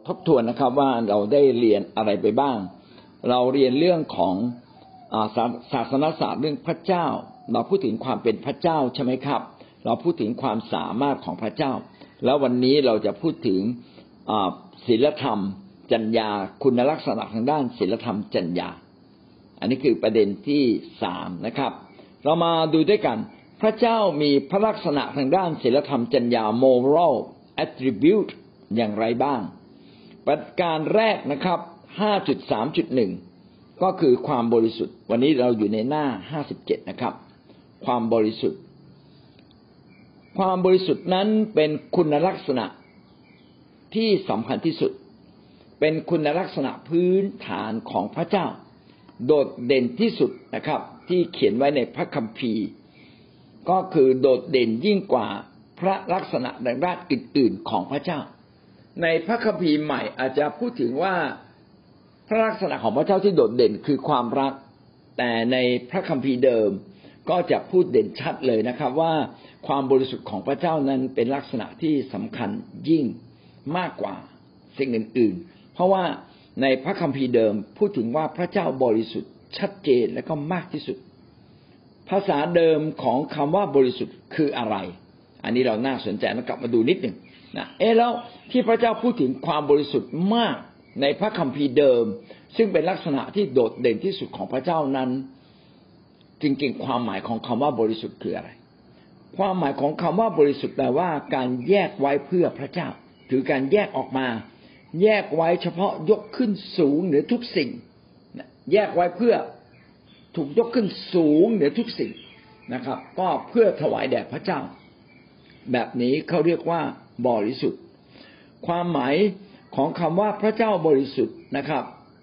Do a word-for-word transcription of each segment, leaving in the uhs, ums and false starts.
ทบทวนนะครับว่าเราได้เรียนอะไรไปบ้างเราเรียนเรื่องของศาสนศาสตร์เรื่องพระเจ้าเราพูดถึงความเป็นพระเจ้าใช่ไหมครับเราพูดถึงความสามารถของพระเจ้าแล้ววันนี้เราจะพูดถึงศีลธรรมจรรยาคุณลักษณะทางด้านศีลธรรมจรรยาอันนี้คือประเด็นที่สามนะครับเรามาดูด้วยกันพระเจ้ามีพระลักษณะทางด้านศีลธรรมจรรยา moral attribute อย่างไรบ้างประการแรกนะครับ ห้าจุดสามจุดหนึ่ง ก็คือความบริสุทธิ์วันนี้เราอยู่ในหน้าห้าสิบเจ็ดนะครับความบริสุทธิ์ความบริสุทธิ์นั้นเป็นคุณลักษณะที่สำคัญที่สุดเป็นคุณลักษณะพื้นฐานของพระเจ้าโดดเด่นที่สุดนะครับที่เขียนไว้ในพระคัมภีร์ก็คือโดดเด่นยิ่งกว่าพระลักษณะด้านอื่นๆของพระเจ้าในพระคัมภีร์ใหม่อาจจะพูดถึงว่าพระลักษณะของพระเจ้าที่โดดเด่นคือความรักแต่ในพระคัมภีร์เดิมก็จะพูดเด่นชัดเลยนะครับว่าความบริสุทธิ์ของพระเจ้านั้นเป็นลักษณะที่สำคัญยิ่งมากกว่าสิ่งอื่นๆเพราะว่าในพระคัมภีร์เดิมพูดถึงว่าพระเจ้าบริสุทธิ์ชัดเจนและก็มากที่สุดภาษาเดิมของคำว่าบริสุทธิ์คืออะไรอันนี้เราน่าสนใจนะกลับมาดูนิดหนึ่งนะเอ๊ะแล้วที่พระเจ้าพูดถึงความบริสุทธิ์มากในพระคัมภีร์เดิมซึ่งเป็นลักษณะที่โดดเด่นที่สุดของพระเจ้านั้นจริงๆความหมายของคำว่าบริสุทธิ์คืออะไรความหมายของคำว่าบริสุทธิ์แปลว่าการแยกไว้เพื่อพระเจ้าถือการแยกออกมาแยกไว้เฉพาะยกขึ้นสูงเหนือทุกสิ่งแยกไว้เพื่อถูกยกขึ้นสูงเหนือทุกสิ่งนะครับก็เพื่อถวายแด่พระเจ้าแบบนี้เขาเรียกว่าบริสุทธิ์ความหมายของคำว่าพระเจ้าบริสุทธิ์นะครับ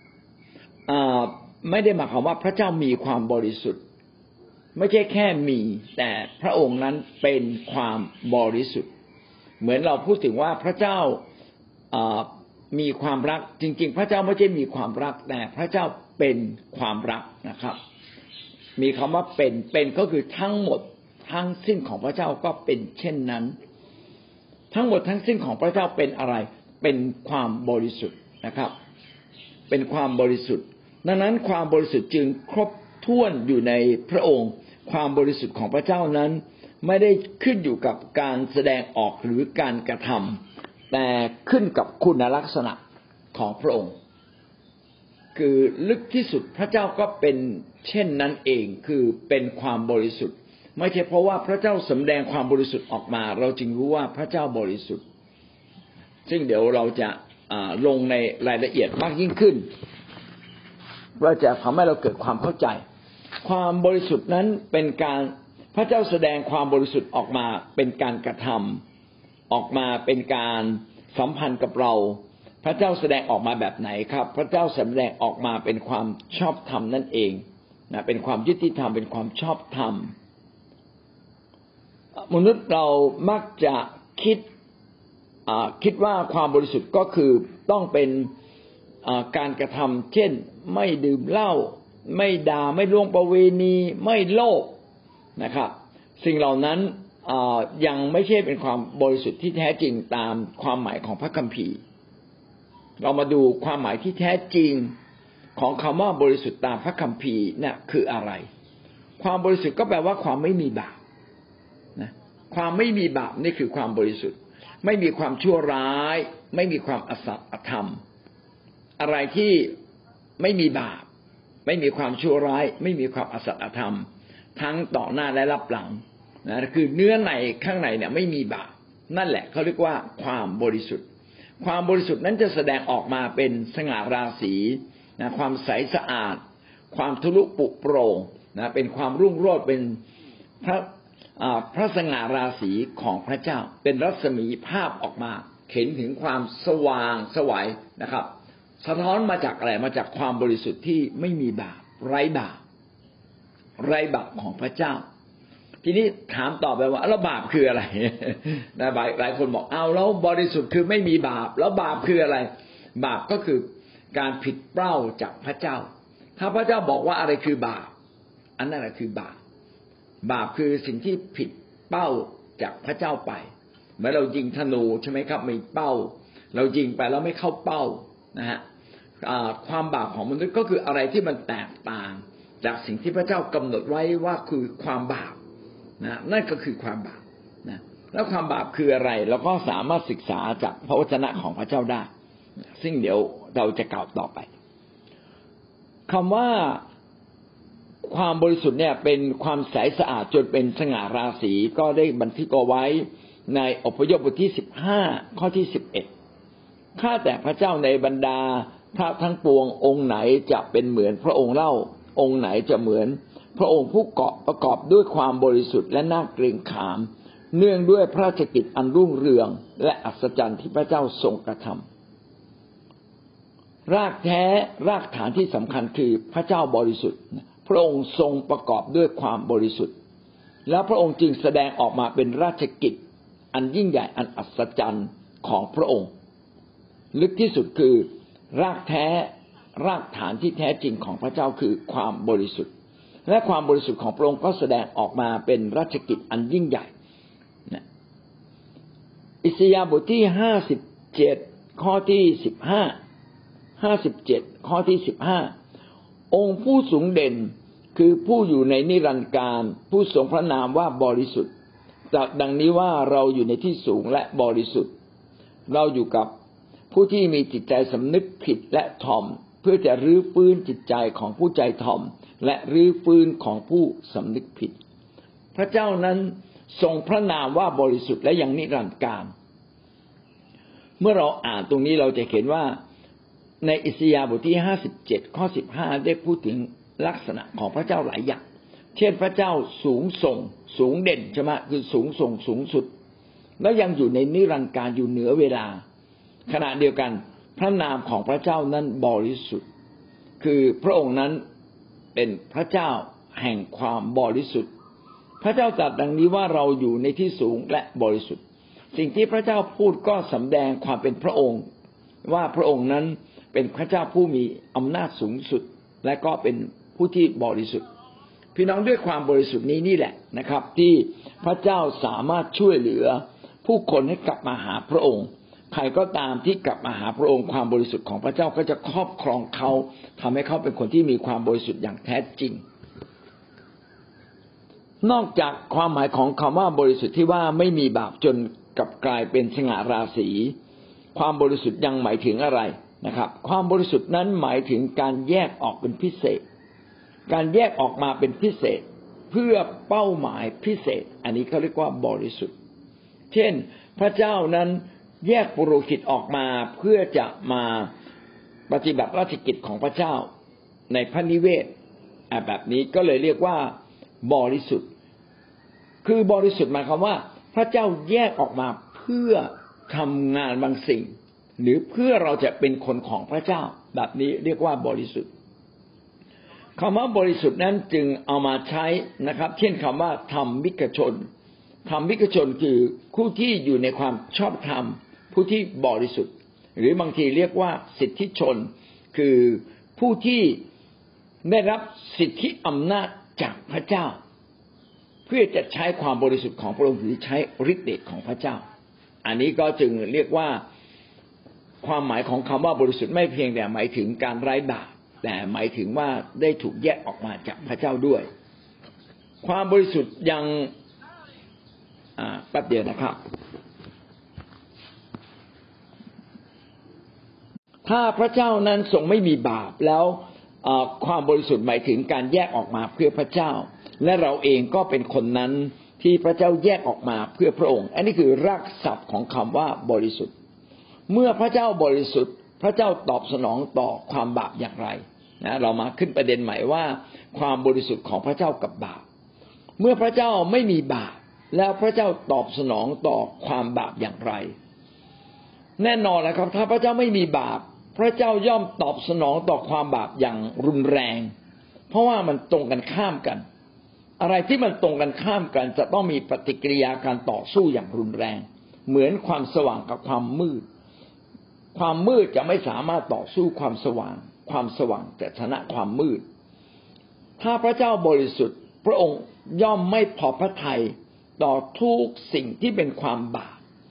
ไม่ได้หมายความว่าพระเจ้ามีความบริสุทธิ์ไม่ใช่แค่มีแต่พระองค์นั้นเป็นความบริสุทธิ์เหมือนเราพูดถึงว่าพระเจ้ามีความรักจริงๆพระเจ้าไม่ใช่มีความรักแต่พระเจ้าเป็นความรักนะครับมีคำว่าเป็นเป็นก็คือทั้งหมดทั้งสิ้นของพระเจ้าก็เป็นเช่นนั้นทั้งหมดทั้งสิ้นของพระเจ้าเป็นอะไรเป็นความบริสุทธิ์นะครับเป็นความบริสุทธิ์ดังนั้นความบริสุทธิ์จึงครบถ้วนอยู่ในพระองค์ความบริสุทธิ์ของพระเจ้านั้นไม่ได้ขึ้นอยู่กับการแสดงออกหรือการกระทำแต่ขึ้นกับคุณลักษณะของพระองค์คือลึกที่สุดพระเจ้าก็เป็นเช่นนั้นเองคือเป็นความบริสุทธิ์ไม่ใช่เพราะว่าพระเจ้าสำแดงความบริสุทธิ์ออกมาเราจึงรู้ว่าพระเจ้าบริสุทธิ์ซึ่งเดี๋ยวเราจะลงในรายละเอียดมากยิ่งขึ้นว่าจะทำให้เราเกิดความเข้าใจความบริสุทธิ์นั้นเป็นการพระเจ้าแสดงความบริสุทธิ์ออกมาเป็นการกระทำออกมาเป็นการสัมพันธ์กับเราพระเจ้าแสดงออกมาแบบไหนครับพระเจ้าแสดงออกมาเป็นความชอบธรรมนั่นเองนะเป็นความยุติธรรมเป็นความชอบธรรมมนุษย์เรามักจะคิดคิดว่าความบริสุทธิ์ก็คือต้องเป็นการกระทำเช่นไม่ดื่มเหล้าไม่ด่าไม่ล่วงประเวณีไม่โลภนะครับสิ่งเหล่านั้นยังไม่ใช่เป็นความบริสุทธิ์ที่แท้จริงตามความหมายของพระคัมภีร์เรามาดูความหมายที่แท้จริงของคำว่าบริสุทธิ์ตามพระคัมภีร์น่ะคืออะไรความบริสุทธิ์ก็แปลว่าความไม่มีบาปนะความไม่มีบาปนี่คือความบริสุทธิ์ไม่มีความชั่วร้ายไม่มีความอสัตย์อธรรมอะไรที่ไม่มีบาปไม่มีความชั่วร้ายไม่มีความอสัตย์อธรรมทั้งต่อหน้าและรับหลังนะคือเนื้อในข้างในเนี่ยไม่มีบาปนั่นแหละเขาเรียกว่าความบริสุทธิ์ความบริสุทธิ์นั้นจะแสดงออกมาเป็นสง่าราศีนะความใสสะอาดความทะลุปุโปร่งนะเป็นความรุ่งโรจน์เป็นพระพระสง่าราศีของพระเจ้าเป็นรัศมีภาพออกมาเห็นถึงความสว่างไสวนะครับสะท้อนมาจากอะไรมาจากความบริสุทธิ์ที่ไม่มีบาปไร้บาปไร้บาปของพระเจ้าทีนี้ถามต่อไปว่าแล้วบาปคืออะไรนะหลายคนบอกเอาแล้วบริสุทธิ์คือไม่มีบาปแล้วบาปคืออะไรบาปก็คือการผิดเป้าจากพระเจ้าถ้าพระเจ้าบอกว่าอะไรคือบาปอันนั้นแหละคือบาปบาปคือสิ่งที่ผิดเป้าจากพระเจ้าไปเมื่อเรายิงธนูใช่ไหมครับมีเป้าเรายิงไปแล้วไม่เข้าเป้านะฮะความบาปของมนุษย์ก็คืออะไรที่มันแตกต่างจากสิ่งที่พระเจ้ากำหนดไว้ว่าคือความบาปนะนั่นก็คือความบาปนะแล้วความบาปคืออะไรเราก็สามารถศึกษาจากพระวจนะของพระเจ้าได้ซึ่งเดี๋ยวเราจะกล่าวต่อไปคำว่าความบริสุทธิ์เนี่ยเป็นความใสสะอาดจนเป็นสง่าราศีก็ได้บันทึกเอาไว้ในอพยพบทที่สิบห้าข้อที่สิบเอ็ดข้าแต่พระเจ้าในบรรดาพระทั้งปวงองค์ไหนจะเป็นเหมือนพระองค์เล่าองค์ไหนจะเหมือนพระองค์ผู้เกาะประกอบด้วยความบริสุทธิ์และน่าเกรงขามเนื่องด้วยพระราชกิจอันรุ่งเรืองและอัศจรรย์ที่พระเจ้าทรงกระทำรากแท้รากฐานที่สำคัญคือพระเจ้าบริสุทธิ์พระองค์ทรงประกอบด้วยความบริสุทธิ์แล้วพระองค์จึงแสดงออกมาเป็นราชกิจอันยิ่งใหญ่อันอัศจรรย์ของพระองค์ลึกที่สุดคือรากแท้รากฐานที่แท้จริงของพระเจ้าคือความบริสุทธิ์และความบริสุทธิ์ของพระองค์ก็แสดงออกมาเป็นราชกิจอันยิ่งใหญ่อิสยาห์บทที่ห้าสิบเจ็ดข้อที่สิบห้า ห้าสิบเจ็ดข้อที่สิบห้าองค์ผู้สูงเด่นคือผู้อยู่ในนิรันดร์การผู้ทรงพระนามว่าบริสุทธิ์ดังนี้ว่าเราอยู่ในที่สูงและบริสุทธิ์เราอยู่กับผู้ที่มีจิตใจสำนึกผิดและถ่อมเพื่อจะรื้อฟื้นจิตใจของผู้ใจถ่อมและรื้อฟื้นของผู้สำนึกผิดพระเจ้านั้นทรงพระนามว่าบริสุทธิ์และยังนิรันดร์การเมื่อเราอ่านตรงนี้เราจะเห็นว่าในอิสยาห์บทที่ห้าสิบเจ็ดข้อสิบห้าได้พูดถึงลักษณะของพระเจ้าหลายอย่างเช่นพระเจ้าสูงส่งสูงเด่นใช่ไหมคือสูงส่งสูงสุดแล้วยังอยู่ในนิรันดร์การอยู่เหนือเวลาขณะเดียวกันพระนามของพระเจ้านั้นบริสุทธิ์คือพระองค์นั้นเป็นพระเจ้าแห่งความบริสุทธิ์พระเจ้าตรัสดังนี้ว่าเราอยู่ในที่สูงและบริสุทธิ์สิ่งที่พระเจ้าพูดก็สำแดงความเป็นพระองค์ว่าพระองค์นั้นเป็นพระเจ้าผู้มีอำนาจสูงสุดและก็เป็นผู้ที่บริสุทธิ์พี่น้องด้วยความบริสุทธิ์นี้นี่แหละนะครับที่พระเจ้าสามารถช่วยเหลือผู้คนให้กลับมาหาพระองค์ใครก็ตามที่กลับมาหาพระองค์ความบริสุทธิ์ของพระเจ้าก็จะครอบครองเขาทำให้เขาเป็นคนที่มีความบริสุทธิ์อย่างแท้จริงนอกจากความหมายของคำว่าบริสุทธิ์ที่ว่าไม่มีบาปจนกลับกลายเป็นสง่าราศีความบริสุทธิ์ยังหมายถึงอะไรนะครับความบริสุทธิ์นั้นหมายถึงการแยกออกเป็นพิเศษการแยกออกมาเป็นพิเศษเพื่อเป้าหมายพิเศษอันนี้เขาเรียกว่าบริสุทธิ์เช่นพระเจ้านั้นแยกปุโรหิตออกมาเพื่อจะมาปฏิบัติราชกิจของพระเจ้าในพระนิเวศแบบนี้ก็เลยเรียกว่าบริสุทธิ์คือบริสุทธิ์หมายความว่าพระเจ้าแยกออกมาเพื่อทำงานบางสิ่งหรือเพื่อเราจะเป็นคนของพระเจ้าแบบนี้เรียกว่าบริสุทธิ์คำว่าบริสุทธิ์นั้นจึงเอามาใช้นะครับเช่นคำว่าธรรมิกชนธรรมิกชนคือผู้ที่อยู่ในความชอบธรรมผู้ที่บริสุทธิ์หรือบางทีเรียกว่าสิทธิชนคือผู้ที่ได้รับสิทธิอำนาจจากพระเจ้าเพื่อจะใช้ความบริสุทธิ์ของพระองค์หรือใช้ฤทธิ์เดชของพระเจ้าอันนี้ก็จึงเรียกว่าความหมายของคำว่าบริสุทธิ์ไม่เพียงแต่หมายถึงการไร้บาปแต่หมายถึงว่าได้ถูกแยกออกมาจากพระเจ้าด้วยความบริสุทธิ์ยังอ่าแป๊บเดียวนะครับถ้าพระเจ้านั้นทรงไม่มีบาปแล้วความบริสุทธิ์หมายถึงการแยกออกมาเพื่อพระเจ้าและเราเองก็เป็นคนนั้นที่พระเจ้าแยกออกมาเพื่อพระองค์อันนี้คือรากศัพท์ของคำว่าบริสุทธิ์เมื่อพระเจ้าบริสุทธิ์พระเจ้าตอบสนองต่อความบาปอย่างไรนะเรามาขึ้นประเด็นใหม่ว่าความบริสุทธิ์ของพระเจ้ากับบาปเมื่อพระเจ้าไม่มีบาปแล้วพระเจ้าตอบสนองต่อความบาปอย่างไรแน่นอนแล้วครับถ้าพระเจ้าไม่มีบาปพระเจ้าย่อมตอบสนองต่อความบาปอย่างรุนแรงเพราะว่ามันตรงกันข้ามกันอะไรที่มันตรงกันข้ามกันจะต้องมีปฏิกิริยาการต่อสู้อย่างรุนแรงเหมือนความสว่างกับความมืดความมืดจะไม่สามารถต่อสู้ความสว่างความสว่างจะชนะความมืดถ้าพระเจ้าบริสุทธิ์พระองค์ย่อมไม่พอพระทัยต่อทุกสิ่งที่เป็นความบาป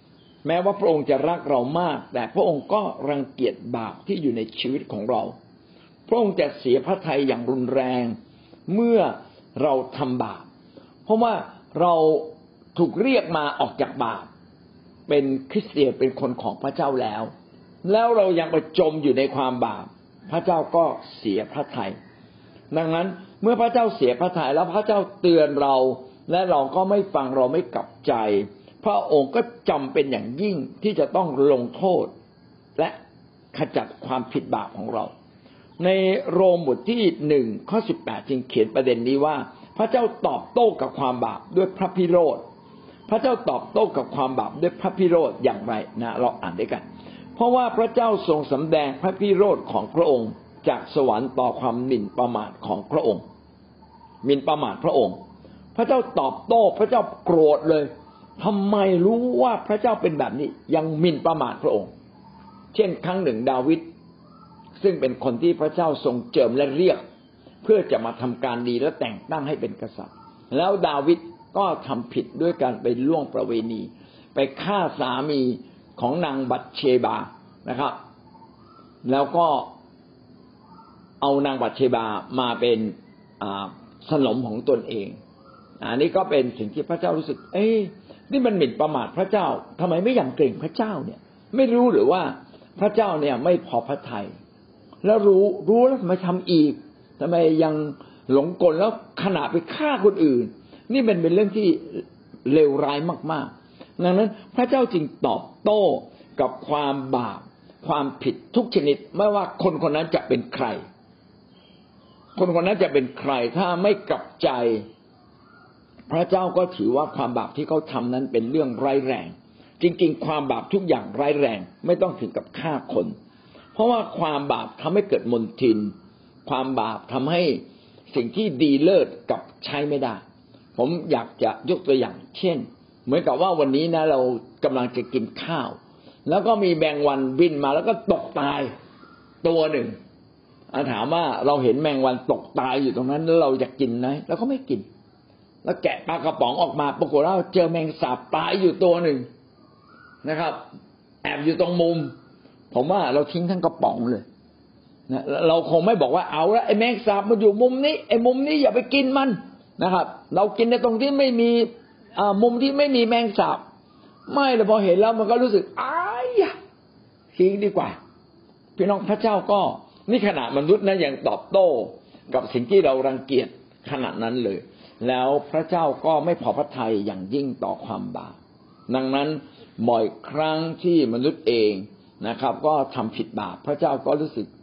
แม้ว่าพระองค์จะรักเรามากแต่พระองค์ก็รังเกียจบาปที่อยู่ในชีวิตของเราพระองค์จะเสียพระทัยอย่างรุนแรงเมื่อเราทำบาปเพราะว่าเราถูกเรียกมาออกจากบาปเป็นคริสเตียนเป็นคนของพระเจ้าแล้วแล้วเรายังไปจมอยู่ในความบาปพระเจ้าก็เสียพระทัยดังนั้นเมื่อพระเจ้าเสียพระทัยแล้วพระเจ้าเตือนเราและเราก็ไม่ฟังเราไม่กลับใจพระองค์ก็จำเป็นอย่างยิ่งที่จะต้องลงโทษและขจัดความผิดบาปของเราในโรมบทที่หนึ่งข้อสิบแปดจึงเขียนประเด็นนี้ว่าพระเจ้าตอบโต้กับความบาปด้วยพระพิโรธพระเจ้าตอบโต้กับความบาปด้วยพระพิโรธอย่างไรนะเราอ่านด้วยกันเพราะว่าพระเจ้าทรงสำแดงพระพิโรธของพระองค์จากสวรรค์ต่อความหมิ่นประมาทของพระองค์หมิ่นประมาทพระองค์พระเจ้าตอบโต้พระเจ้าโกรธเลยทำไมรู้ว่าพระเจ้าเป็นแบบนี้ยังหมิ่นประมาทพระองค์เช่นครั้งหนึ่งดาวิดซึ่งเป็นคนที่พระเจ้าทรงเจิมและเรียกเพื่อจะมาทำการดีและแต่งตั้งให้เป็นกษัตริย์แล้วดาวิดก็ทำผิดด้วยการไปล่วงประเวณีไปฆ่าสามีของนางบัตเชบานะครับแล้วก็เอานางบัตเชบามาเป็นสนมของตนเองอันนี้ก็เป็นสิ่งที่พระเจ้ารู้สึกเอ๊ะนี่มันหมิ่นประมาทพระเจ้าทำไมไม่ยังเกรงพระเจ้าเนี่ยไม่รู้หรือว่าพระเจ้าเนี่ยไม่พอพระทัยแล้วรู้รู้แล้วทำไมทำอีกทำไมยังหลงกลแล้วขณะไปฆ่าคนอื่นนี่เป็นเป็นเรื่องที่เลวร้ายมากๆดังนั้นพระเจ้าจึงตอบโต้กับความบาปความผิดทุกชนิดไม่ว่าคนคนนั้นจะเป็นใครคนคนนั้นจะเป็นใครถ้าไม่กลับใจพระเจ้าก็ถือว่าความบาปที่เขาทำนั้นเป็นเรื่องร้ายแรงจริงๆความบาปทุกอย่างร้ายแรงไม่ต้องถึงกับฆ่าคนเพราะว่าความบาปทำให้เกิดมลทินความบาปทำให้สิ่งที่ดีเลิศกับใช้ไม่ได้ผมอยากจะยกตัวอย่างเช่นเหมือนกับว่าวันนี้นะเรากำลังจะกินข้าวแล้วก็มีแมงวันบินมาแล้วก็ตกตายตัวหนึ่งถามว่าเราเห็นแมงวันตกตายอยู่ตรงนั้นแล้วเราจะกินไหมเราก็ไม่กินแล้วแกะปลากระป๋องออกมาปรากฏว่าเจอแมงสาบตายอยู่ตัวหนึ่งนะครับแอบอยู่ตรงมุมผมว่าเราทิ้งทั้งกระป๋องเลยนะเราคงไม่บอกว่าเอาละไอ้แมงสาบมันอยู่มุมนี้ไอ้มุมนี้อย่าไปกินมันนะครับเรากินในตรงที่ไม่มีอ่ามุมที่ไม่มีแมงสาบไม่แต่พอเห็นแล้วมันก็รู้สึกอ้ายทิ้งดีกว่าพี่น้องพระเจ้าก็นี่ขณะมนุษย์นั้นยังตอบโต้กับสิ่งที่เรารังเกียจขนาดนั้นเลยแล้วพระเจ้าก็ไม่พอพระทัยอย่างยิ่งต่อความบาปดังนั้นบ่อยครั้งที่มนุษย์เองนะครับก็ทำผิดบาปพระเจ้าก็รู้สึก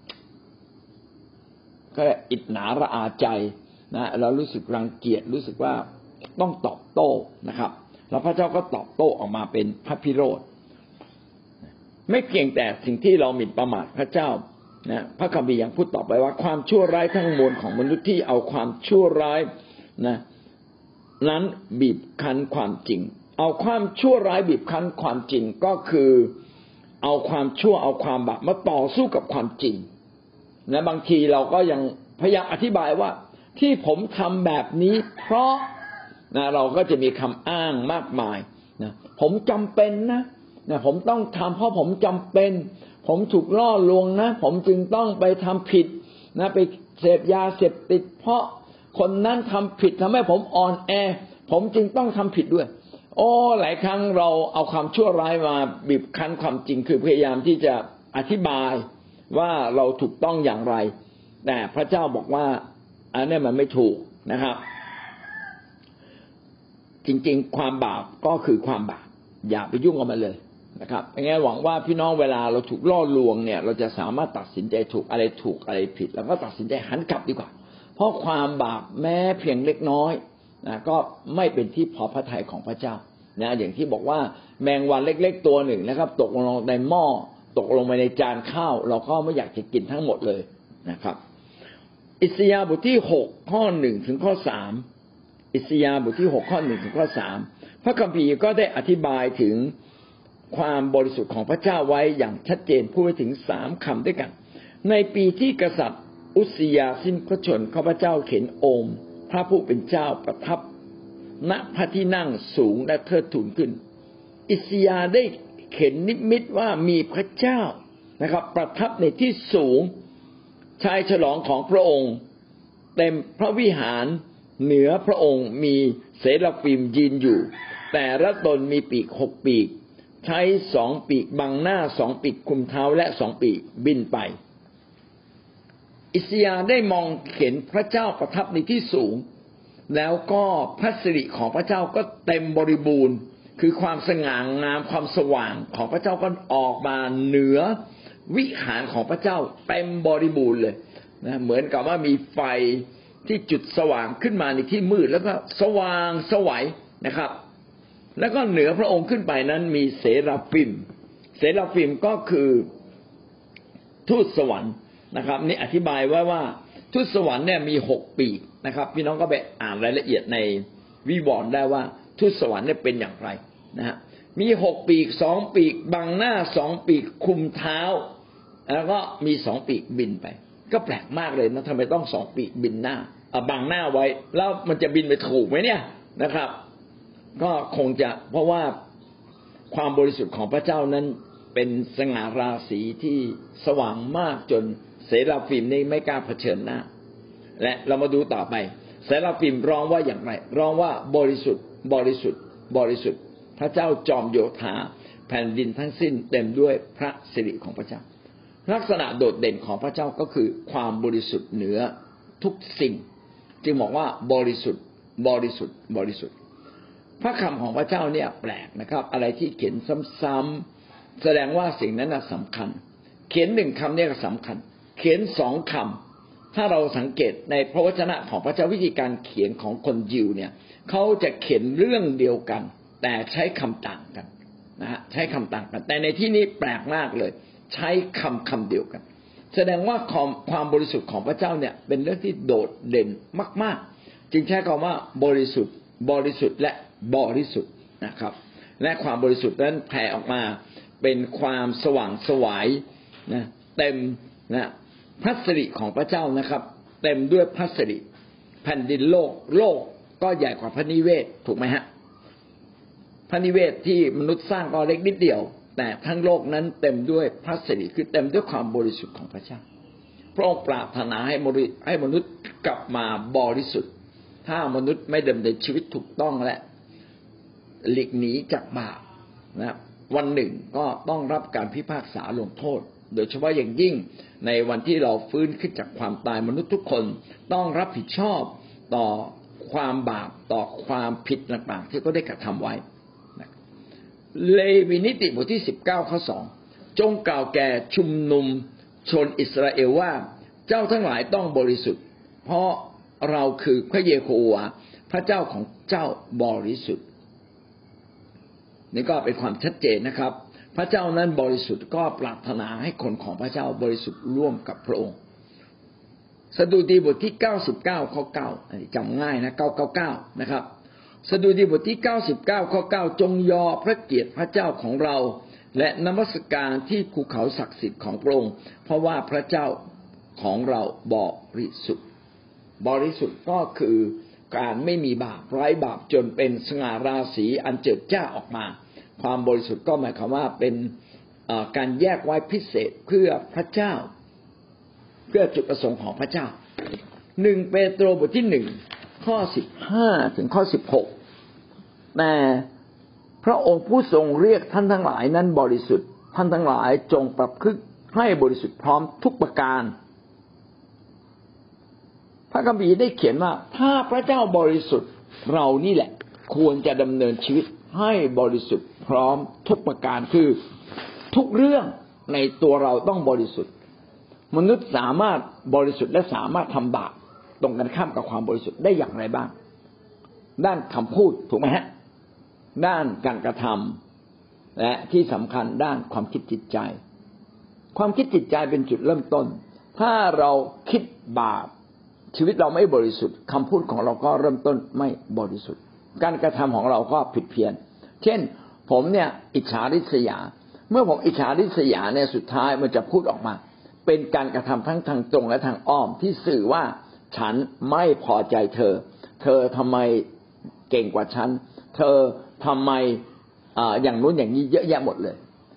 ก็อิจฉาระอาใจนะเรารู้สึกรังเกียจรู้สึกว่าต้องตอบโต้นะครับแล้วพระเจ้าก็ตอบโต้ออกมาเป็นพระพิโรธไม่เพียงแต่สิ่งที่เราหมิ่นประมาทพระเจ้านะพระคัมภีร์ยังพูดต่อไปว่าความชั่วร้ายทั้งมวลของมนุษย์ที่เอาความชั่วร้ายนะนั้นบีบคั้นความจริงเอาความชั่วร้ายบีบคั้นความจริงก็คือเอาความชั่วเอาความบาปมาต่อสู้กับความจริงนะบางทีเราก็ยังพยายามอธิบายว่าที่ผมทำแบบนี้เพราะนะเราก็จะมีคำอ้างมากมายนะผมจำเป็นนะนะผมต้องทำเพราะผมจำเป็นผมถูกล่อลวงนะผมจึงต้องไปทำผิดนะไปเสพยาเสพติดเพราะคนนั้นทำผิดทำให้ผมอ่อนแอผมจึงต้องทำผิดด้วยโอ้หลายครั้งเราเอาความชั่วร้ายมาบีบคั้นความจริงคือพยายามที่จะอธิบายว่าเราถูกต้องอย่างไรแต่พระเจ้าบอกว่าอันนี้มันไม่ถูกนะครับจริงๆความบาปก็คือความบาปอย่าไปยุ่งกับมันเลยนะครับอย่างงี้หวังว่าพี่น้องเวลาเราถูกล่อลวงเนี่ยเราจะสามารถตัดสินใจถูกอะไรถูกอะไรผิดแล้วก็ตัดสินใจหันกลับดีกว่าเพราะความบาปแม้เพียงเล็กน้อยนะก็ไม่เป็นที่พอพระทัยของพระเจ้านะอย่างที่บอกว่าแมงวันเล็กๆตัวหนึ่งนะครับตกลงในหม้อตกลงไปในจานข้าวเราก็ไม่อยากจะกินทั้งหมดเลยนะครับอิสยาห์บทที่หกข้อหนึ่งถึงข้อสามอิสยาห์บทที่หกข้อหนึ่งถึงข้อสามพระคัมภีร์ก็ได้อธิบายถึงความบริสุทธิ์ของพระเจ้าไว้อย่างชัดเจนพูดไว้ถึงสามคำด้วยกันในปีที่กษัตริย์อุสยาห์สิ้นพระชนม์ข้าพเจ้าเห็นองค์พระผู้เป็นเจ้าประทับณพระที่นั่งสูงและเทิดทูนขึ้นอิสยาห์ได้เข็นนิมิตว่ามีพระเจ้านะครับประทับในที่สูงชายฉลองของพระองค์เต็มพระวิหารเหนือพระองค์มีเสราฟิมยืนอยู่แต่ละตนมีปีกหกปีกใช้สองปีกบังหน้าสองปีกคลุมเท้าและสองปีกบินไปอิสยาห์ได้มองเห็นพระเจ้าประทับในที่สูงแล้วก็พระสิริของพระเจ้าก็เต็มบริบูรณ์คือความสง่างามความสว่างของพระเจ้าก็ออกมาเหนือวิหารของพระเจ้าเต็มบริบูรณ์เลยนะเหมือนกับว่ามีไฟที่จุดสว่างขึ้นมาในที่มืดแล้วก็สว่างสวัยนะครับแล้วก็เหนือพระองค์ขึ้นไปนั้นมีเสราฟิมเสราฟิมก็คือทูตสวรรค์นะครับนี่อธิบายไว้ว่าทูตสวรรค์เนี่ยมีหกปีกนะครับพี่น้องก็ไปอ่านรายละเอียดในวิวรณ์ได้ว่าทูตสวรรค์เนี่ยเป็นอย่างไรนะฮะมีหกปีกสองปีกบังหน้าสองปีกคลุมเท้าแล้วก็มีสองปีกบินไปก็แปลกมากเลยนะทำไมต้องสองปีกบินหน้าบังหน้าไว้แล้วมันจะบินไปถูกไหมเนี่ยนะครับก็คงจะเพราะว่าความบริสุทธิ์ของพระเจ้านั้นเป็นสง่าราศีที่สว่างมากจนเสราฟิมนี่ไม่กล้าเผชิญหน้าและเรามาดูต่อไปเสราฟิมร้องว่าอย่างไรร้องว่าบริสุทธิ์บริสุทธิ์บริสุทธิ์พระเจ้าจอมโยธาแผ่นดินทั้งสิ้นเต็มด้วยพระสิริของพระเจ้าลักษณะโดดเด่นของพระเจ้าก็คือความบริสุทธิ์เหนือทุกสิ่งจึงบอกว่าบริสุทธิ์บริสุทธิ์บริสุทธิ์พระคำของพระเจ้าเนี่ยแปลกนะครับอะไรที่เขียนซ้ำๆแสดงว่าสิ่งนั้นสำคัญเขียนหนึ่งคำเนี่ยก็สำคัญเขียนสองคำถ้าเราสังเกตในพระวจนะของพระเจ้าวิธีการเขียนของคนยิวเนี่ยเขาจะเขียนเรื่องเดียวกันแต่ใช้คำต่างกันนะฮะใช้คำต่างกันแต่ในที่นี้แปลกมากเลยใช้คำคำเดียวกันแสดงว่าความความบริสุทธิ์ของพระเจ้าเนี่ยเป็นเรื่องที่โดดเด่นมากๆจึงใช้คำว่าบริสุทธิ์บริสุทธิ์และบริสุทธิ์นะครับและความบริสุทธิ์นั้นแผ่ออกมาเป็นความสว่างไสวนะเต็มนะพระสิริของพระเจ้านะครับเต็มด้วยพระสิริแผ่นดินโลกโลกก็ใหญ่กว่าพระนิเวศถูกไหมฮะพระนิเวศที่มนุษย์สร้างก็เล็กนิดเดียวแต่ทั้งโลกนั้นเต็มด้วยพระสิริคือเต็มด้วยความบริสุทธิ์ของพระเจ้าพระองค์ปรารถนาให้มนุษย์ให้มนุษย์กลับมาบริสุทธิ์ถ้ามนุษย์ไม่ดำเนินชีวิตถูกต้องและหลีกหนีจากบาปนะวันหนึ่งก็ต้องรับการพิพากษาลงโทษโดยเฉพาะอย่างยิ่งในวันที่เราฟื้นขึ้นจากความตายมนุษย์ทุกคนต้องรับผิดชอบต่อความบาปต่อความผิดต่างๆที่เขาได้กระทำไว้เลวีนิติบทที่สิบเก้าข้อสองจงกล่าวแก่ชุมนุมชนอิสราเอลว่าเจ้าทั้งหลายต้องบริสุทธิ์เพราะเราคือพระเยโฮวาห์พระเจ้าของเจ้าบริสุทธิ์นี่ก็เป็นความชัดเจนนะครับพระเจ้านั้นบริสุทธิ์ก็ปรารถนาให้คนของพระเจ้าบริสุทธิ์ร่วมกับพระองค์สดุดีบทที่เก้าสิบเก้าข้อเก้าอันนี้จำง่ายนะเก้าเก้าเก้านะครับสดุดีบทที่เก้าสิบเก้าข้อเก้าจงยอพระเกียรติพระเจ้าของเราและนมัสการที่ภูเขาศักดิ์สิทธิ์ของพระองค์เพราะว่าพระเจ้าของเราบริสุทธิ์บริสุทธิ์ก็คือการไม่มีบาปไร้บาปจนเป็นสง่าราศีอันเจิดจ้าออกมาความบริสุทธิ์ก็หมายความว่าเป็นการแยกไว้พิเศษเพื่อพระเจ้าเพื่อจุดประสงค์ของพระเจ้าหนึ่งเปโตรบทที่หนึ่งข้อสิบห้าถึงข้อสิบหกแต่พระองค์ผู้ทรงเรียกท่านทั้งหลายนั้นบริสุทธิ์ท่านทั้งหลายจงประพฤติให้บริสุทธิ์พร้อมทุกประการพระคัมภีร์ได้เขียนว่าถ้าพระเจ้าบริสุทธิ์เรานี่แหละควรจะดำเนินชีวิตให้บริสุทธิ์พร้อมทุกประการคือทุกเรื่องในตัวเราต้องบริสุทธิ์มนุษย์สามารถบริสุทธิ์และสามารถทำบาปตรงกันข้ามกับความบริสุทธิ์ได้อย่างไรบ้างด้านคำพูดถูกไหมฮะด้านการกระทำและที่สำคัญด้านความคิดจิตใจความคิดจิตใจเป็นจุดเริ่มต้นถ้าเราคิดบาปชีวิตเราไม่บริสุทธิ์คำพูดของเราก็เริ่มต้นไม่บริสุทธิ์การกระทำของเราก็ผิดเพี้ยนเช่นผมเนี่ยอิจฉาริษยาเมื่อผมอิจฉาริษยาเนี่ยสุดท้ายมันจะพูดออกมาเป็นการกระทำทั้งทางตรงและทางอ้อมที่สื่อว่าฉันไม่พอใจเธอเธอทำไมเก่งกว่าฉันเธอทำไมอ่าอย่างนู้นอย่างนี้เยอะแยะหมดเลย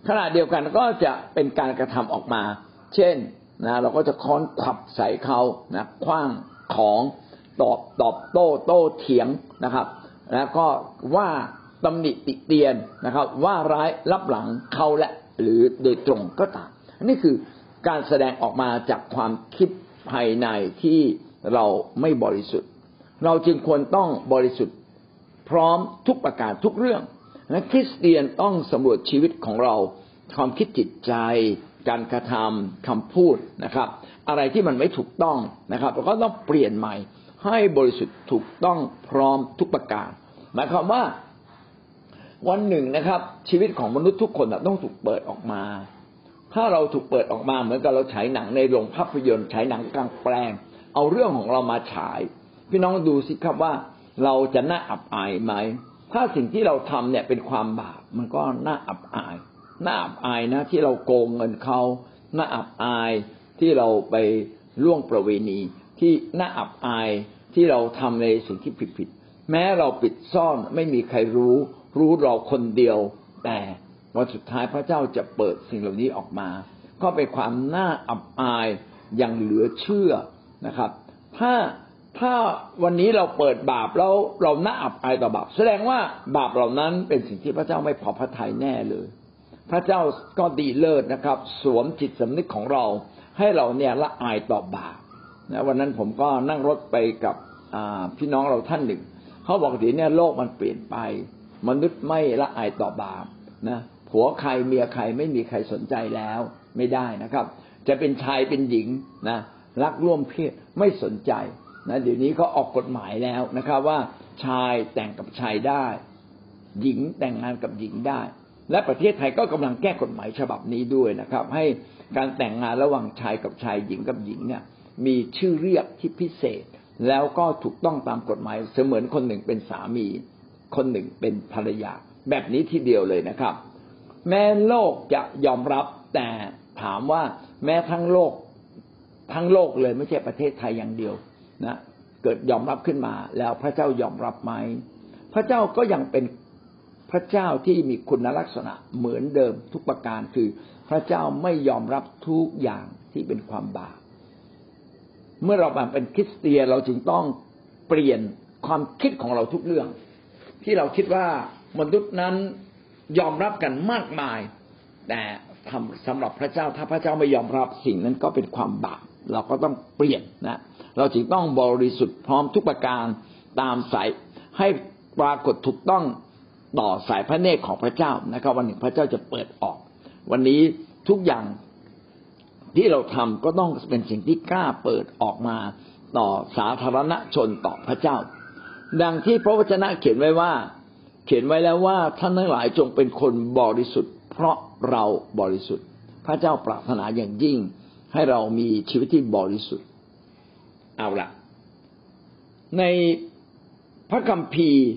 ขณะเดียวกันก็จะเป็นการกระทำออกมาเช่นนะเราก็จะค้อนขวับใส่เขานะขว้างของตอบตอบโต้โต้เถียงนะครับแล้วก็ว่าตำหนิติเตียนนะครับว่าร้ายลับหลังเขาและหรือโดยตรงก็ตามนี่คือการแสดงออกมาจากความคิดภายในที่เราไม่บริสุทธิ์เราจึงควรต้องบริสุทธิ์พร้อมทุกประการทุกเรื่องและคริสเตียนต้องสำรวจชีวิตของเราความคิดจิตใจการกระทำคำพูดนะครับอะไรที่มันไม่ถูกต้องนะครับเราก็ต้องเปลี่ยนใหม่ให้บริสุทธิ์ถูกต้องพร้อมทุกประการหมายความว่าวันหนึ่งนะครับชีวิตของมนุษย์ทุกคนต้องถูกเปิดออกมาถ้าเราถูกเปิดออกมาเหมือนกับเราฉายหนังในโรงภาพยนตร์ฉายหนังกลางแปลงเอาเรื่องของเรามาฉายพี่น้องดูสิครับว่าเราจะน่าอับอายไหมถ้าสิ่งที่เราทำเนี่ยเป็นความบาปมันก็น่าอับอายน่าอับอายนะที่เราโกงเงินเขาน่าอับอายที่เราไปล่วงประเวณีที่น่าอับอายที่เราทำในสิ่งที่ผิดๆแม้เราปิดซ่อนไม่มีใครรู้รู้เราคนเดียวแต่วันสุดท้ายพระเจ้าจะเปิดสิ่งเหล่านี้ออกมาก็เป็นความน่าอับอายอย่างเหลือเชื่อนะครับถ้าถ้าวันนี้เราเปิดบาปแล้วเราน่าอับอายต่อบาปแสดงว่าบาปเหล่านั้นเป็นสิ่งที่พระเจ้าไม่พอพระทัยแน่เลยพระเจ้าก็ดีเลิศนะครับสวมจิตสำนึกของเราให้เราเนี่ยละอายต่อบาปนะวันนั้นผมก็นั่งรถไปกับพี่น้องเราท่านหนึ่งเขาบอกทีเนี่ยโลกมันเปลี่ยนไปมนุษย์ไม่ละอายต่อบาปนะผัวใครเมียใครไม่มีใครสนใจแล้วไม่ได้นะครับจะเป็นชายเป็นหญิงนะรักร่วมเพศไม่สนใจนะเดี๋ยวนี้เขาออกกฎหมายแล้วนะครับว่าชายแต่งกับชายได้หญิงแต่งงานกับหญิงได้และประเทศไทยก็กำลังแก้กฎหมายฉบับนี้ด้วยนะครับให้การแต่งงานระหว่างชายกับชายหญิงกับหญิงเนี่ยมีชื่อเรียกที่พิเศษแล้วก็ถูกต้องตามกฎหมายเสมือนคนหนึ่งเป็นสามีคนหนึ่งเป็นภรรยาแบบนี้ทีเดียวเลยนะครับแม้โลกจะยอมรับแต่ถามว่าแม้ทั้งโลกทั้งโลกเลยไม่ใช่ประเทศไทยอย่างเดียวนะเกิดยอมรับขึ้นมาแล้วพระเจ้ายอมรับไหมพระเจ้าก็ยังเป็นพระเจ้าที่มีคุณลักษณะเหมือนเดิมทุกประการคือพระเจ้าไม่ยอมรับทุกอย่างที่เป็นความบาปเมื่อเราเป็นคริสเตียนเราจึงต้องเปลี่ยนความคิดของเราทุกเรื่องที่เราคิดว่ามนุษย์นั้นยอมรับกันมากมายแต่สำหรับพระเจ้าถ้าพระเจ้าไม่ยอมรับสิ่งนั้นก็เป็นความบาปเราก็ต้องเปลี่ยนนะเราจึงต้องบริสุทธิ์พร้อมทุกประการตามสายให้ปรากฏถูกต้องต่อสายพระเนตรของพระเจ้านะครับวันหนึ่งพระเจ้าจะเปิดออกวันนี้ทุกอย่างที่เราทำก็ต้องเป็นสิ่งที่กล้าเปิดออกมาต่อสาธารณชนต่อพระเจ้าดังที่พระวจนะเขียนไว้ว่าเขียนไว้แล้วว่าท่านทั้งหลายจงเป็นคนบริสุทธิ์เพราะเราบริสุทธิ์พระเจ้าปรารถนาอย่างยิ่งให้เรามีชีวิตที่บริสุทธิ์เอาล่ะในพระคัมภีร์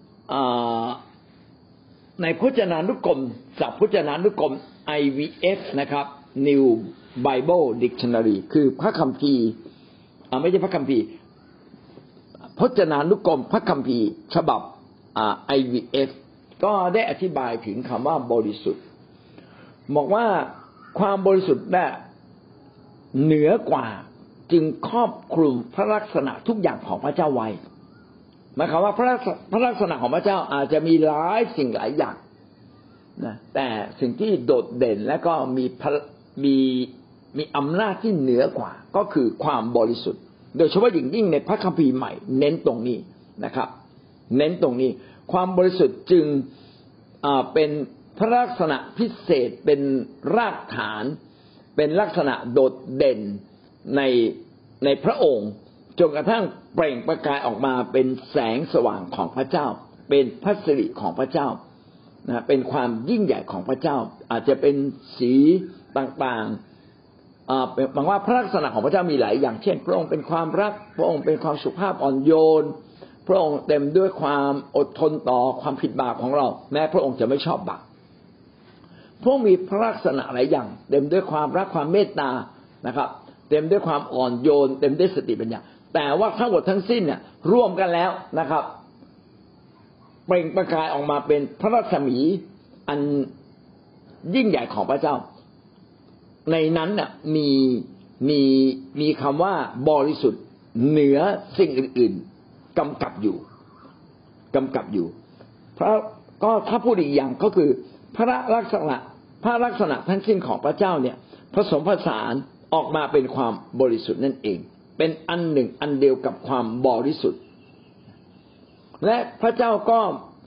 ในพจนานุกรมศัพท์พจนานุกรม ไอ วี เอฟ นะครับ New Bible Dictionary คือพระคัมภีร์ไม่ใช่พระคัมภีร์พจนานุกรมพระคัมภีร์ฉบับ ไอ วี เอฟ ก็ได้อธิบายถึงคำว่าบริสุทธิ์บอกว่าความบริสุทธิ์ได้เหนือกว่าจึงครอบคลุมพระลักษณะทุกอย่างของพระเจ้าไว้หมายความว่าพระพระลักษณะของพระเจ้าอาจจะมีหลายสิ่งหลายอย่างนะแต่สิ่งที่โดดเด่นและก็มีมีมีอำนาจที่เหนือกว่าก็คือความบริสุทธิ์โดยเฉพาะอย่างยิ่งในพระคัมภีร์ใหม่เน้นตรงนี้นะครับเน้นตรงนี้ความบริสุทธิ์จึงเป็นพระลักษณะพิเศษเป็นรากฐานเป็นลักษณะโดดเด่นในในพระองค์จนกระทั่งเปล่งประกายออกมาเป็นแสงสว่างของพระเจ้าเป็นพระสิริของพระเจ้านะเป็นความยิ่งใหญ่ของพระเจ้าอาจจะเป็นสีต่างๆอ่าบางว่าพระลักษณะของพระเจ้ามีหลายอย่างเช่นพระองค์เป็นความรักพระองค์เป็นความสุภาพอ่อนโยนพระองค์เต็มด้วยความอดทนต่อความผิดบาปของเราแม้พระองค์จะไม่ชอบบาปพระองค์มีพระลักษณะหลายอย่างเต็มด้วยความรักความเมตตานะครับเต็มด้วยความอ่อนโยนเต็มด้วยสติปัญญาแต่ว่าทั้งหมดทั้งสิ้นเนี่ยร่วมกันแล้วนะครับเปล่งประกายออกมาเป็นพระรัศมีอันยิ่งใหญ่ของพระเจ้าในนั้นน่ะมีมีมีคำว่าบริสุทธิ์เหนือสิ่งอื่นๆกำกับอยู่กำกับอยู่เพราะก็ถ้าพูดอีกอย่างก็คือพระลักษณะพระลักษณะทั้งสิ้นของพระเจ้าเนี่ยผสมผสานออกมาเป็นความบริสุทธิ์นั่นเองเป็นอันหนึ่งอันเดียวกับความบริสุทธิ์และพระเจ้าก็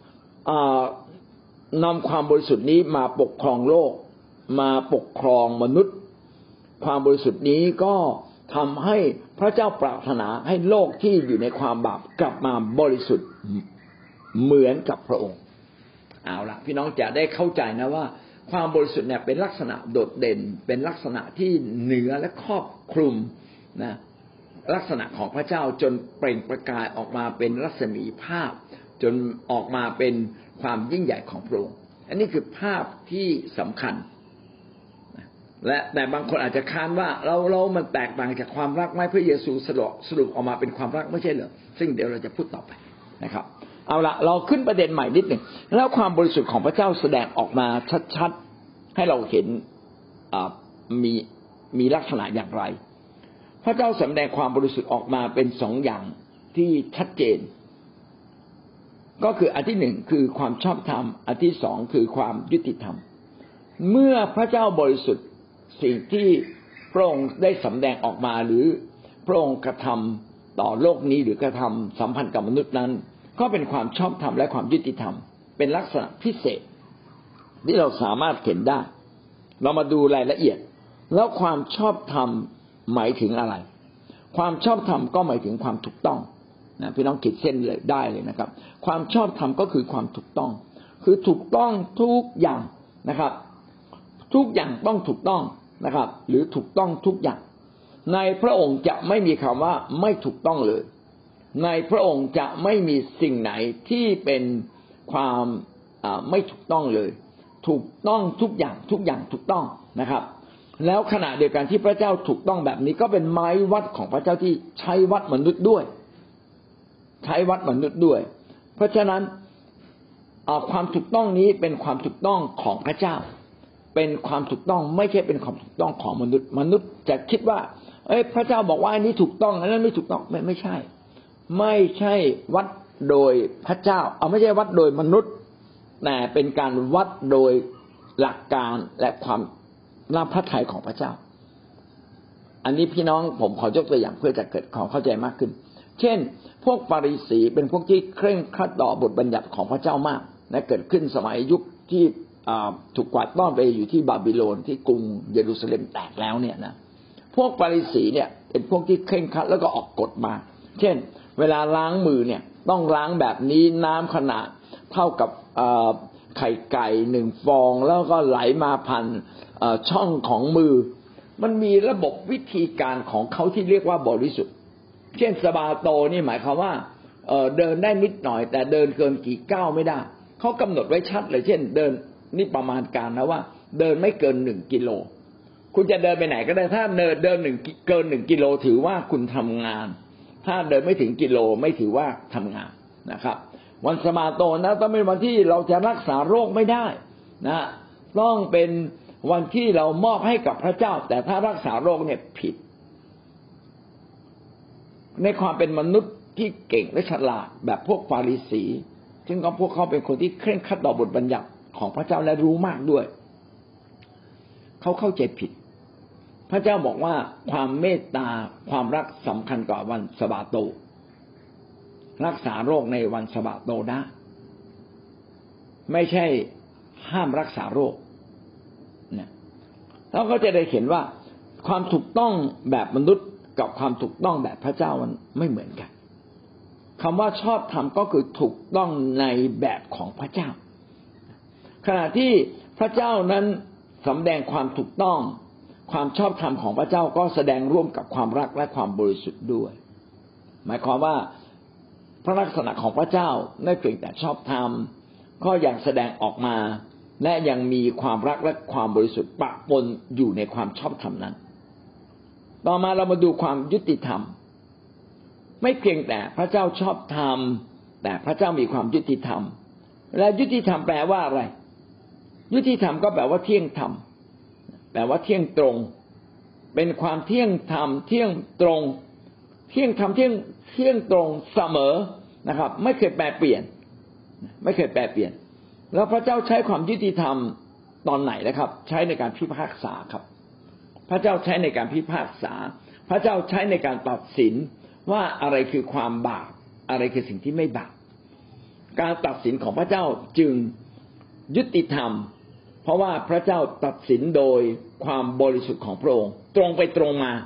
นำความบริสุทธิ์นี้มาปกครองโลกมาปกครองมนุษย์ความบริสุทธิ์นี้ก็ทำให้พระเจ้าปรารถนาให้โลกที่อยู่ในความบาปกลับมาบริสุทธิ์เหมือนกับพระองค์เอาล่ะพี่น้องจะได้เข้าใจนะว่าความบริสุทธิ์เนี่ยเป็นลักษณะโดดเด่นเป็นลักษณะที่เหนือและครอบคลุมนะลักษณะของพระเจ้าจนเปล่งประกายออกมาเป็นรัศมีภาพจนออกมาเป็นความยิ่งใหญ่ของพระองค์อันนี้คือภาพที่สำคัญและแต่บางคนอาจจะค้านว่าเราเรามันแตกต่างจากความรักไหมพระเยซูสรุปสรุปออกมาเป็นความรักไม่ใช่เหรอซึ่งเดี๋ยวเราจะพูดต่อไปนะครับเอาละเราขึ้นประเด็นใหม่นิดหนึ่งแล้วความบริสุทธิ์ของพระเจ้าแสดงออกมาชัดๆให้เราเห็นมีมีลักษณะอย่างไรพระเจ้าแสดงความบริสุทธิ์ออกมาเป็นสองอย่างที่ชัดเจนก็คืออันที่หนึ่งคือความชอบธรรมอันที่สองคือความยุติธรรมเมื่อพระเจ้าบริสุทธิ์สิ่งที่พระองค์ได้แสดงออกมาหรือพระองค์กระทำต่อโลกนี้หรือกระทำสัมพันธ์กับมนุษย์นั้นก็เป็นความชอบธรรมและความยุติธรรมเป็นลักษณะพิเศษที่เราสามารถเห็นได้เรามาดูรายละเอียดแล้วความชอบธรรมหมายถึงอะไรความชอบธรรมก็หมายถึงความถูกต้องนะพี่น้องขีดเส้นเลยได้เลยนะครับความชอบธรรมก็คือความถูกต้องคือถูกต้องทุกอย่างนะครับทุกอย่างต้องถูกต้องนะครับหรือถูกต้องทุกอย่างในพระองค์จะไม่มีคำว่าไม่ถูกต้องเลยในพระองค์จะไม่มีสิ่งไหนที่เป็นความไม่ถูกต้องเลยถูกต้องทุกอย่างทุกอย่างถูกต้องนะครับแล้วขณะเดียวกันที่พระเจ้าถูกต้องแบบนี้ก็เป็นไม้วัดของพระเจ้าที่ใช้วัดมนุษย์ด้วยใช้วัดมนุษย์ด้วยเพราะฉะนั้นความถูกต้องนี้เป็นความถูกต้องของพระเจ้าเป็นความถูกต้องไม่ใช่เป็นความถูกต้องของมนุษย์มนุษย์จะคิดว่าเอ้ยพระเจ้าบอกว่าอันนี้ถูกต้องอันนั้นไม่ถูกต้องไม่ไม่ใช่ไม่ใช่วัดโดยพระเจ้าเอาไม่ใช่วัดโดยมนุษย์แต่เป็นการวัดโดยหลักการและความน่าพระทัยของพระเจ้าอันนี้พี่น้องผมขอยกตัวอย่างเพื่อจะเกิดความเข้าใจมากขึ้นเช่นพวกฟาริสีเป็นพวกที่เคร่งครัดต่อบทบัญญัติของพระเจ้ามากและเกิดขึ้นสมัยยุคที่ถูกกวาดต้อนไปอยู่ที่บาบิโลนที่กรุงเยรูซาเล็มแตกแล้วเนี่ยนะพวกฟาริสีเนี่ยเป็นพวกที่เคร่งครัดแล้วก็ออกกฎมาเช่นเวลาล้างมือเนี่ยต้องล้างแบบนี้น้ำขนาดเท่ากับไข่ไก่หนึ่งฟองแล้วก็ไหลมาผ่านช่องของมือมันมีระบบวิธีการของเขาที่เรียกว่าบริสุทธิ์เช่นสะบาโตนี่หมายความว่าเอ่อเดินได้นิดหน่อยแต่เดินเกินกี่ก้าวไม่ได้เขากำหนดไว้ชัดเลยเช่นเดินนี่ประมาณการนะว่าเดินไม่เกินหนึ่งกิโลคุณจะเดินไปไหนก็ได้ถ้าเดินเดินหนึ่งเกินหนึ่งกิโลถือว่าคุณทำงานถ้าเดินไม่ถึงกิโลไม่ถือว่าทำงานนะครับวันสะบาโตนะต้องเป็นวันที่เราจะรักษาโรคไม่ได้นะต้องเป็นวันที่เรามอบให้กับพระเจ้าแต่ถ้ารักษาโรคเนี่ยผิดในความเป็นมนุษย์ที่เก่งและฉลาดแบบพวกฟาริสีซึ่งก็พวกเขาเป็นคนที่เคร่งครัดต่อบทบัญญัติของพระเจ้าและรู้มากด้วยเขาเข้าใจผิดพระเจ้าบอกว่าความเมตตาความรักสำคัญกว่าวันสะบาโตรักษาโรคในวันสะบาโตได้ไม่ใช่ห้ามรักษาโรคเนี่ยแล้วก็จะได้เห็นว่าความถูกต้องแบบมนุษย์กับความถูกต้องแบบพระเจ้ามันไม่เหมือนกันคำว่าชอบธรรมก็คือถูกต้องในแบบของพระเจ้าขณะที่พระเจ้านั้นสำแดงความถูกต้องความชอบธรรมของพระเจ้าก็แสดงร่วมกับความรักและความบริสุทธิ์ด้วยหมายความว่าพระลักษณะของพระเจ้าไม่เพียงแต่ชอบธรรมก็ยังแสดงออกมาและยังมีความรักและความบริสุทธิ์ปะปนอยู่ในความชอบธรรมนั้นต่อมาเรามาดูความยุติธรรมไม่เพียงแต่พระเจ้าชอบธรรมแต่พระเจ้ามีความยุติธรรมและยุติธรรมแปลว่าอะไรยุติธรรมก็แปลว่าเที่ยงธรรมแปลว่าเที่ยงตรงเป็นความเที่ยงธรรมเที่ยงตรงเที่ยงธรรมเที่ยงเที่ยงตรงเสมอนะครับไม่เคยแปรเปลี่ยนไม่เคยแปรเปลี่ยนแล้วพระเจ้าใช้ความยุติธรรมตอนไหนนะครับใช้ในการพิพากษาครับพระเจ้าใช้ในการพิพากษาพระเจ้าใช้ในการตัดสินว่าอะไรคือความบาปอะไรคือสิ่งที่ไม่บาปการตัดสินของพระเจ้าจึงยุติธรรมเพราะว่าพระเจ้าตัดสินโดยความบริสุทธิ์ของพระองค์ตรงไปตรงมา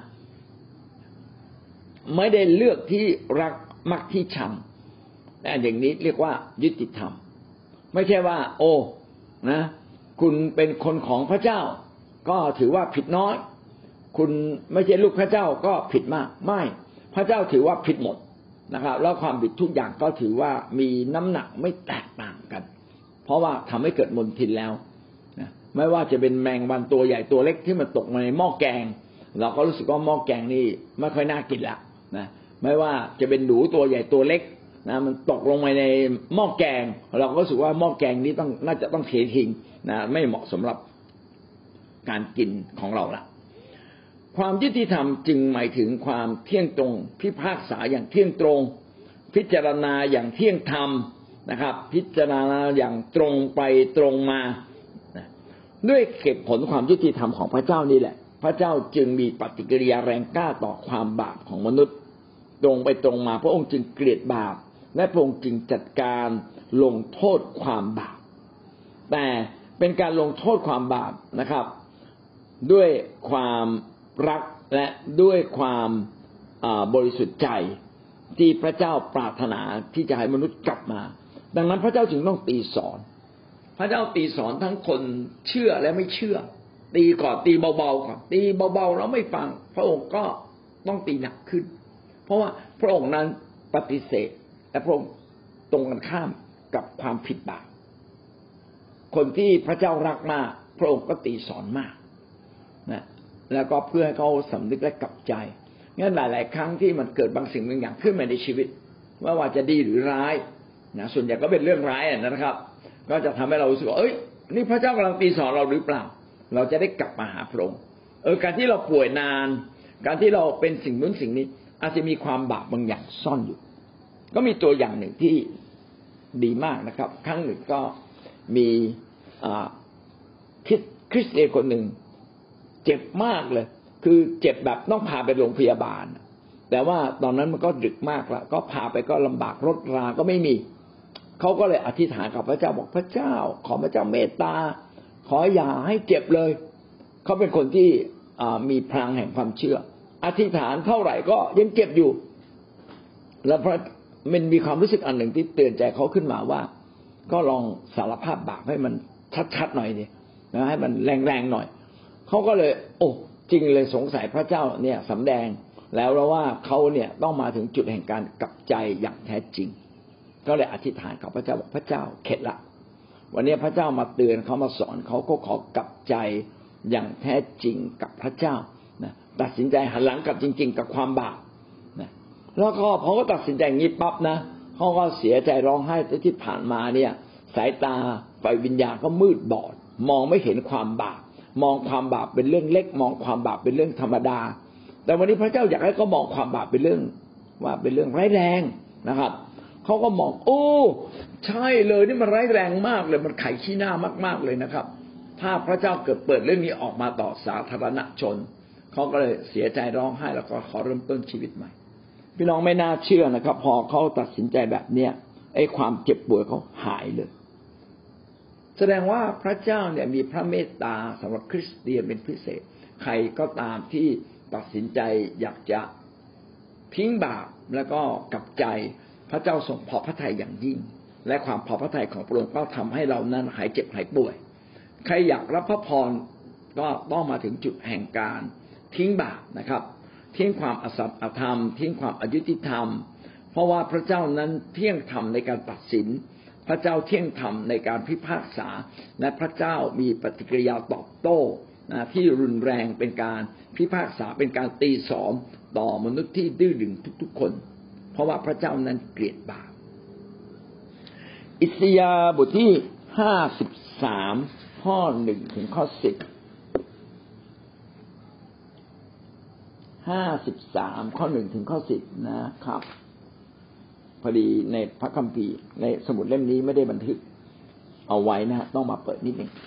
ไม่ได้เลือกที่รักมักที่ชังแต่อย่างนี้เรียกว่ายุติธรรมไม่ใช่ว่าโอ้นะคุณเป็นคนของพระเจ้าก็ถือว่าผิดน้อยคุณไม่ใช่ลูกพระเจ้าก็ผิดมากไม่พระเจ้าถือว่าผิดหมดนะครับแล้วความผิดทุกอย่างก็ถือว่ามีน้ำหนักไม่แตกต่างกันเพราะว่าทำให้เกิดมลทินแล้วนะไม่ว่าจะเป็นแมงวันตัวใหญ่ตัวเล็กที่มันตกมาในหม้อแกงเราก็รู้สึกว่าหม้อแกงนี่ไม่ค่อยน่ากินละนะไม่ว่าจะเป็นหนูตัวใหญ่ตัวเล็กนะมันตกลงไปในหม้อแกงเราก็รู้สึกว่าหม้อแกงนี้ต้องน่าจะต้องเททิ้งนะไม่เหมาะสำหรับการกินของเราละความยุติธรรมจึงหมายถึงความเที่ยงตรงพิพากษาอย่างเที่ยงตรงพิจารณาอย่างเที่ยงธรรมนะครับพิจารณาอย่างตรงไปตรงมาด้วยเหตุผลความยุติธรรมของพระเจ้านี่แหละพระเจ้าจึงมีปฏิกิริยาแรงกล้าต่อความบาปของมนุษย์ตรงไปตรงมาพระองค์จึงเกลียดบาปและพระองค์จึงจัดการลงโทษความบาปแต่เป็นการลงโทษความบาปนะครับด้วยความรักและด้วยความบริสุทธิ์ใจที่พระเจ้าปรารถนาที่จะให้มนุษย์กลับมาดังนั้นพระเจ้าจึงต้องตีสอนพระเจ้าตีสอนทั้งคนเชื่อและไม่เชื่อตีก่อนตีเบาๆก่อนตีเบาๆแล้วไม่ฟังพระองค์ก็ต้องตีหนักขึ้นเพราะว่าพระองค์นั้นปฏิเสธและพระองค์ตรงกันข้ามกับความผิดบาปคนที่พระเจ้ารักมากพระองค์ก็ตีสอนมากนะแล้วก็เพื่อให้เขาสำนึกและกลับใจงั้นหลายๆครั้งที่มันเกิดบางสิ่งบางอย่างขึ้นมาในชีวิตไม่ว่าจะดีหรือร้ายนะส่วนใหญ่ก็เป็นเรื่องร้ายนะครับก็จะทำให้เรารู้สึกว่าเอ้ยนี่พระเจ้ากำลังตีสอนเราหรือเปล่าเราจะได้กลับมาหาพระองค์เออการที่เราป่วยนานการที่เราเป็นสิ่งนู้นสิ่งนี้อาจจะมีความบาปบางอย่างซ่อนอยู่ก็มีตัวอย่างหนึ่งที่ดีมากนะครับครั้งหนึ่งก็มีคริสเตียนคนหนึ่งเจ็บมากเลยคือเจ็บแบบต้องพาไปโรงพยาบาลแต่ว่าตอนนั้นมันก็ดึกมากแล้วก็พาไปก็ลำบากรถราก็ไม่มีเขาก็เลยอธิษฐานกับพระเจ้าบอกพระเจ้าขอพระเจ้าเมตตาขออย่าให้เจ็บเลยเขาเป็นคนที่มีพลังแห่งความเชื่ออธิษฐานเท่าไหร่ก็ยังเจ็บอยู่แล้วพระมันมีความรู้สึกอันหนึ่งที่เตือนใจเขาขึ้นมาว่าก็ลองสารภาพบาปให้มันชัดๆหน่อยดินะให้มันแรงๆหน่อยเขาก็เลยโอ้จริงเลยสงสัยพระเจ้าเนี่ยสำแดงแล้วแล้วว่าเขาเนี่ยต้องมาถึงจุดแห่งการกลับใจอย่างแท้จริงก็เลยอธิษฐานกับพระเจ้าบอกพระเจ้าเข็ดละวันนี้พระเจ้ามาเตือนเขามาสอนเขาก็ขอกลับใจอย่างแท้จริงกับพระเจ้านะตัดสินใจหันหลังกลับจริงๆกับความบาปนะแล้วก็พอเขาตัดสินใจงี้ปั๊บนะเขาก็เสียใจร้องไห้ที่ผ่านมาเนี่ยสายตาไฟวิญญาณก็มืดบอดมองไม่เห็นความบาปมองความบาปเป็นเรื่องเล็กมองความบาปเป็นเรื่องธรรมดาแต่วันนี้พระเจ้าอยากให้เขามองความบาปเป็นเรื่องว่าเป็นเรื่องร้ายแรงนะครับเขาก็มองโอ้ใช่เลยนี่มันร้ายแรงมากเลยมันไขขี้หน้ามากๆเลยนะครับถ้าพระเจ้าเกิดเปิดเรื่องนี้ออกมาต่อสาธารณชนเขาก็เลยเสียใจร้องไห้แล้วก็ขอเริ่มต้นชีวิตใหม่พี่น้องไม่น่าเชื่อนะครับพอเขาตัดสินใจแบบเนี้ยไอ้ความเจ็บป่วยเขาหายเลยแสดงว่าพระเจ้าเนี่ยมีพระเมตตาสำหรับคริสเตียนเป็นพิเศษใครก็ตามที่ตัดสินใจอยากจะทิ้งบาปแล้วก็กลับใจพระเจ้าทรงพอพระทัยอย่างยิ่งและความพอพระทัยของพระองค์ก็ทำให้เรานั้นหายเจ็บหายป่วยใครอยากรับพระพรก็ต้องมาถึงจุดแห่งการทิ้งบาปนะครับทิ้งความอสัตย์อธรรมทิ้งความอยุติธรรมเพราะว่าพระเจ้านั้นเที่ยงธรรมในการตัดสินพระเจ้าเที่ยงธรรมในการพิพากษาและพระเจ้ามีปฏิกิริยาตอบโต้นะที่รุนแรงเป็นการพิพากษาเป็นการตีสอนต่อมนุษย์ที่ดื้อดึงทุกๆคนเพราะว่าพระเจ้านั้นเกลียดบาปอิสยาห์บทที่ห้าสิบสามขข้อหนึ่งถึงข้อสิบห้าสิบสามข้อหนึ่งถึงข้อสิบนะครับพอดีในพระคัมภีร์ในสมุดเล่มนี้ไม่ได้บันทึกเอาไว้นะฮะต้องมาเปิดนิดหนึ่ง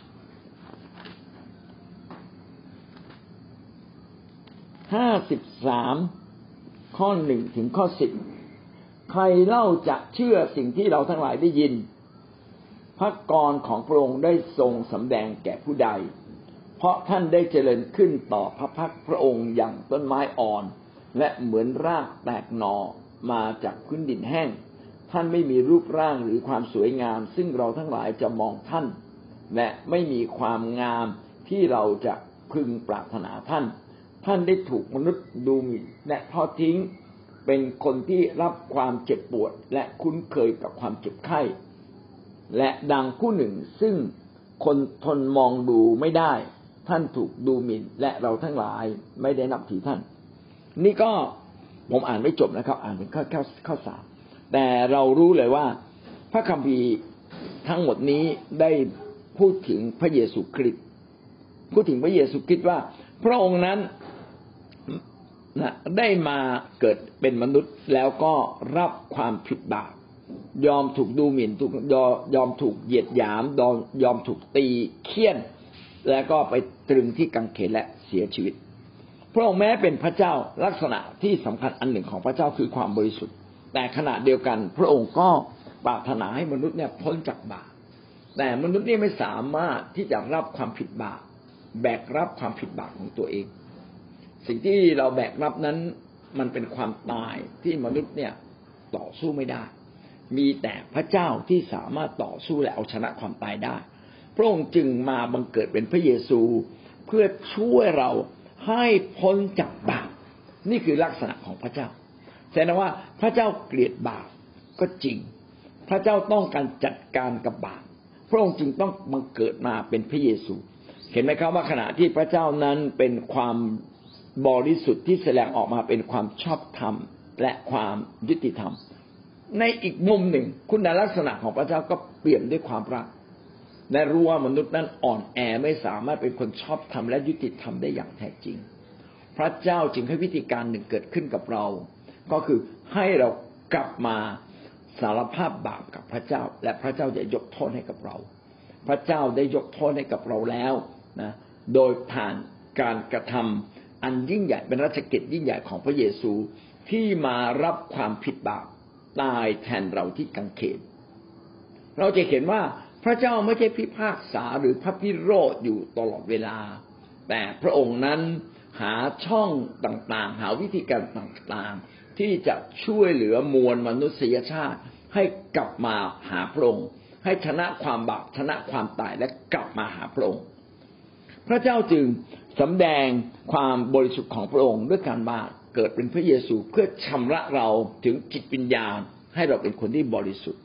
ห้าสิบสามข้อหนึ่งถึงข้อสิบใครเล่าจะเชื่อสิ่งที่เราทั้งหลายได้ยินพระกรของพระองค์ได้ทรงสำแดงแก่ผู้ใดเพราะท่านได้เจริญขึ้นต่อพระพักพระองค์อย่างต้นไม้อ่อนและเหมือนรากแตกหน่อมาจากพื้นดินแห้งท่านไม่มีรูปร่างหรือความสวยงามซึ่งเราทั้งหลายจะมองท่านและไม่มีความงามที่เราจะพึงปรารถนาท่านท่านได้ถูกมนุษย์ดูหมิ่นและทอดทิ้งเป็นคนที่รับความเจ็บปวดและคุ้นเคยกับความเจ็บไข้และดังผู้หนึ่งซึ่งคนทนมองดูไม่ได้ท่านถูกดูหมิ่นและเราทั้งหลายไม่ได้นับถือท่านนี่ก็ผมอ่านไม่จบนะครับอ่านถึงข้อข้อข้อสามแต่เรารู้เลยว่าพระคัมภีร์ทั้งหมดนี้ได้พูดถึงพระเยซูคริสต์พูดถึงพระเยซูคริสต์ว่าพระองค์นั้นนะได้มาเกิดเป็นมนุษย์แล้วก็รับความผิดบาปยอมถูกดูหมิ่นถูกยอมถูกเหยียดหยามยอมยอมถูกตีเฆี่ยนแล้วก็ไปตรึงที่กางเขนและเสียชีวิตพระองค์แม้เป็นพระเจ้าลักษณะที่สำคัญอันหนึ่งของพระเจ้าคือความบริสุทธิ์แต่ขณะเดียวกันพระองค์ก็ปรารถนาให้มนุษย์เนี่ยพ้นจากบาปแต่มนุษย์นี่ไม่สามารถที่จะรับความผิดบาปแบกรับความผิดบาปของตัวเองสิ่งที่เราแบกรับนั้นมันเป็นความตายที่มนุษย์เนี่ยต่อสู้ไม่ได้มีแต่พระเจ้าที่สามารถต่อสู้และเอาชนะความตายได้พระองค์จึงมาบังเกิดเป็นพระเยซูเพื่อช่วยเราให้พ้นจากบาปนี่คือลักษณะของพระเจ้าแสดงว่าพระเจ้าเกลียดบาปก็จริงพระเจ้าต้องการจัดการกับบาปพระองค์จึงต้องบังเกิดมาเป็นพระเยซูเห็นไหมครับว่าขณะที่พระเจ้านั้นเป็นความบริสุทธิ์ที่แสดงออกมาเป็นความชอบธรรมและความยุติธรรมในอีกมุมหนึ่งคุณลักษณะของพระเจ้าก็เปี่ยมด้วยความรักและรู้ว่ามนุษย์นั้นอ่อนแอไม่สามารถเป็นคนชอบธรรมและยุติธรรมได้อย่างแท้จริงพระเจ้าจึงให้วิธีการหนึ่งเกิดขึ้นกับเราก็คือให้เรากลับมาสารภาพบาปกับพระเจ้าและพระเจ้าจะยกโทษให้กับเราพระเจ้าได้ยกโทษให้กับเราแล้วนะโดยผ่านการกระทำอันยิ่งใหญ่เป็นราชกิจยิ่งใหญ่ของพระเยซูที่มารับความผิดบาปตายแทนเราที่กางเขนเราจะเห็นว่าพระเจ้าไม่ใช่พิพากษาหรือพระพิโรธอยู่ตลอดเวลาแต่พระองค์นั้นหาช่องต่างๆหาวิธีการต่างๆที่จะช่วยเหลือมวลมนุษยชาติให้กลับมาหาพระองค์ให้ชนะความบาปชนะความตายและกลับมาหาพระองค์พระเจ้าจึงสำแดงความบริสุทธิ์ของพระองค์ด้วยการมาเกิดเป็นพระเยซูเพื่อชำระเราถึงจิตวิญญาณให้เราเป็นคนที่บริสุทธิ์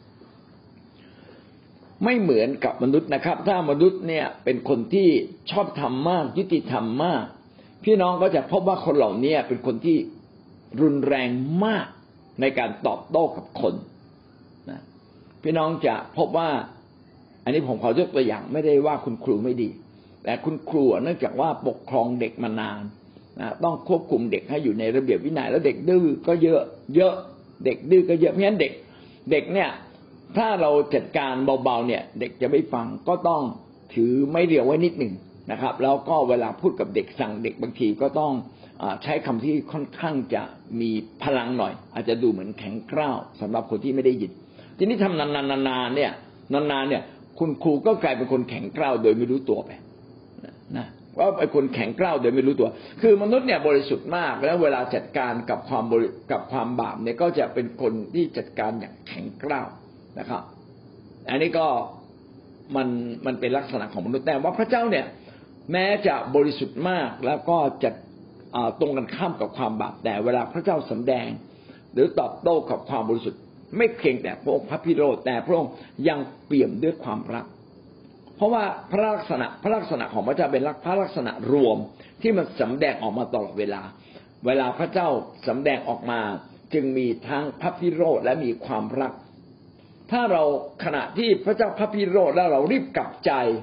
ไม่เหมือนกับมนุษย์นะครับถ้ามนุษย์เนี่ยเป็นคนที่ชอบธรรมมากยุติธรรมมากพี่น้องก็จะพบว่าคนเหล่านี้เป็นคนที่รุนแรงมากในการตอบโต้กับคนนะพี่น้องจะพบว่าอันนี้ผมขอยกตัวอย่างไม่ได้ว่าคุณครูไม่ดีแต่คุณครูเนื่องจากว่าปกครองเด็กมานานนะต้องควบคุมเด็กให้อยู่ในระเบียบวินัยแล้วเด็กดื้อก็เยอะเยอะเด็กดื้อก็เยอะเพราะฉะนั้นเด็กเด็กเนี่ยถ้าเราจัดการเบาๆเนี่ยเด็กจะไม่ฟังก็ต้องถือไม้เรียวไว้นิดหนึ่งนะครับแล้วก็เวลาพูดกับเด็กสั่งเด็กบางทีก็ต้องใช้คำที่ค่อนข้างจะมีพลังหน่อยอาจจะดูเหมือนแข็งกร้าวสำหรับคนที่ไม่ได้ยินทีนี้ทำนานๆเนี่ยนานๆเนี่ยคุณครูก็กลายเป็นคนแข็งกร้าวโดยไม่รู้ตัวไปนะว่าเป็นคนแข็งกร้าวโดยไม่รู้ตัวคือมนุษย์เนี่ยบริสุทธิ์มากแล้วเวลาจัดการกับความบริกับความบาปเนี่ยก็จะเป็นคนที่จัดการอย่างแข็งกร้าวนะครับอันนี้ก็มันมันเป็นลักษณะของมนุษย์แต่ว่าพระเจ้าเนี่ยแม้จะบริสุทธิ์มากแล้วก็จะตรงกันข้ามกับความบาปแต่เวลาพระเจ้าสำแดงหรือตอบโต้กับความบริสุทธิ์ไม่เพียงแต่พระองค์พระพิโรธแต่พระองค์ยังเปี่ยมด้วยความรักเพราะว่าพระลักษณะพระลักษณะของพระเจ้าเป็นพระลักษณะรวมที่มันสำแดงออกมาตลอดเวลาเวลาพระเจ้าสำแดงออกมาจึงมีทั้งพระพิโรธและมีความรักถ้าเราขณะที่พระเจ้าพระพิโรธแล้วเรารีบกลับใจ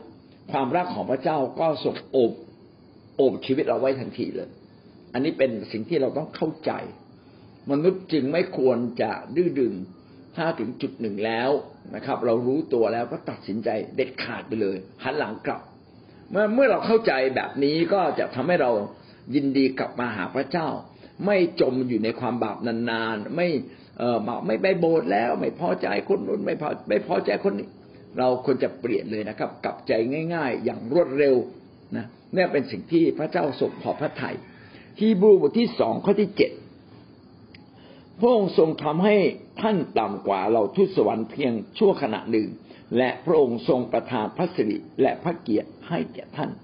ความรักของพระเจ้าก็ส่งโอบโอบชีวิตเราไว้ทันทีเลยอันนี้เป็นสิ่งที่เราต้องเข้าใจมนุษย์จึงไม่ควรจะดื้อดึงถ้าถึงจุดหนึ่งแล้วนะครับเรารู้ตัวแล้วก็ตัดสินใจเด็ดขาดไปเลยหันหลังกลับเมื่อเมื่อเราเข้าใจแบบนี้ก็จะทำให้เรายินดีกลับมาหาพระเจ้าไม่จมอยู่ในความบาปนานๆไม่เอ่อไม่ไปโบสถ์แล้วไม่พอใจคนนู้นไม่พอไม่พอใจคนนี้เราควรจะเปลี่ยนเลยนะครับกลับใจง่ายๆอย่างรวดเร็วนะนี่เป็นสิ่งที่พระเจ้าทรงพอพระทัยฮีบรูบทที่สองข้อที่เจ็ดพระองค์ทรงทำให้ท่านต่ำกว่าเราทูตสวรรค์เพียงชั่วขณะหนึ่งและพระองค์ทรงประทานพระสิริและพระเกียรติให้แก่ท่าน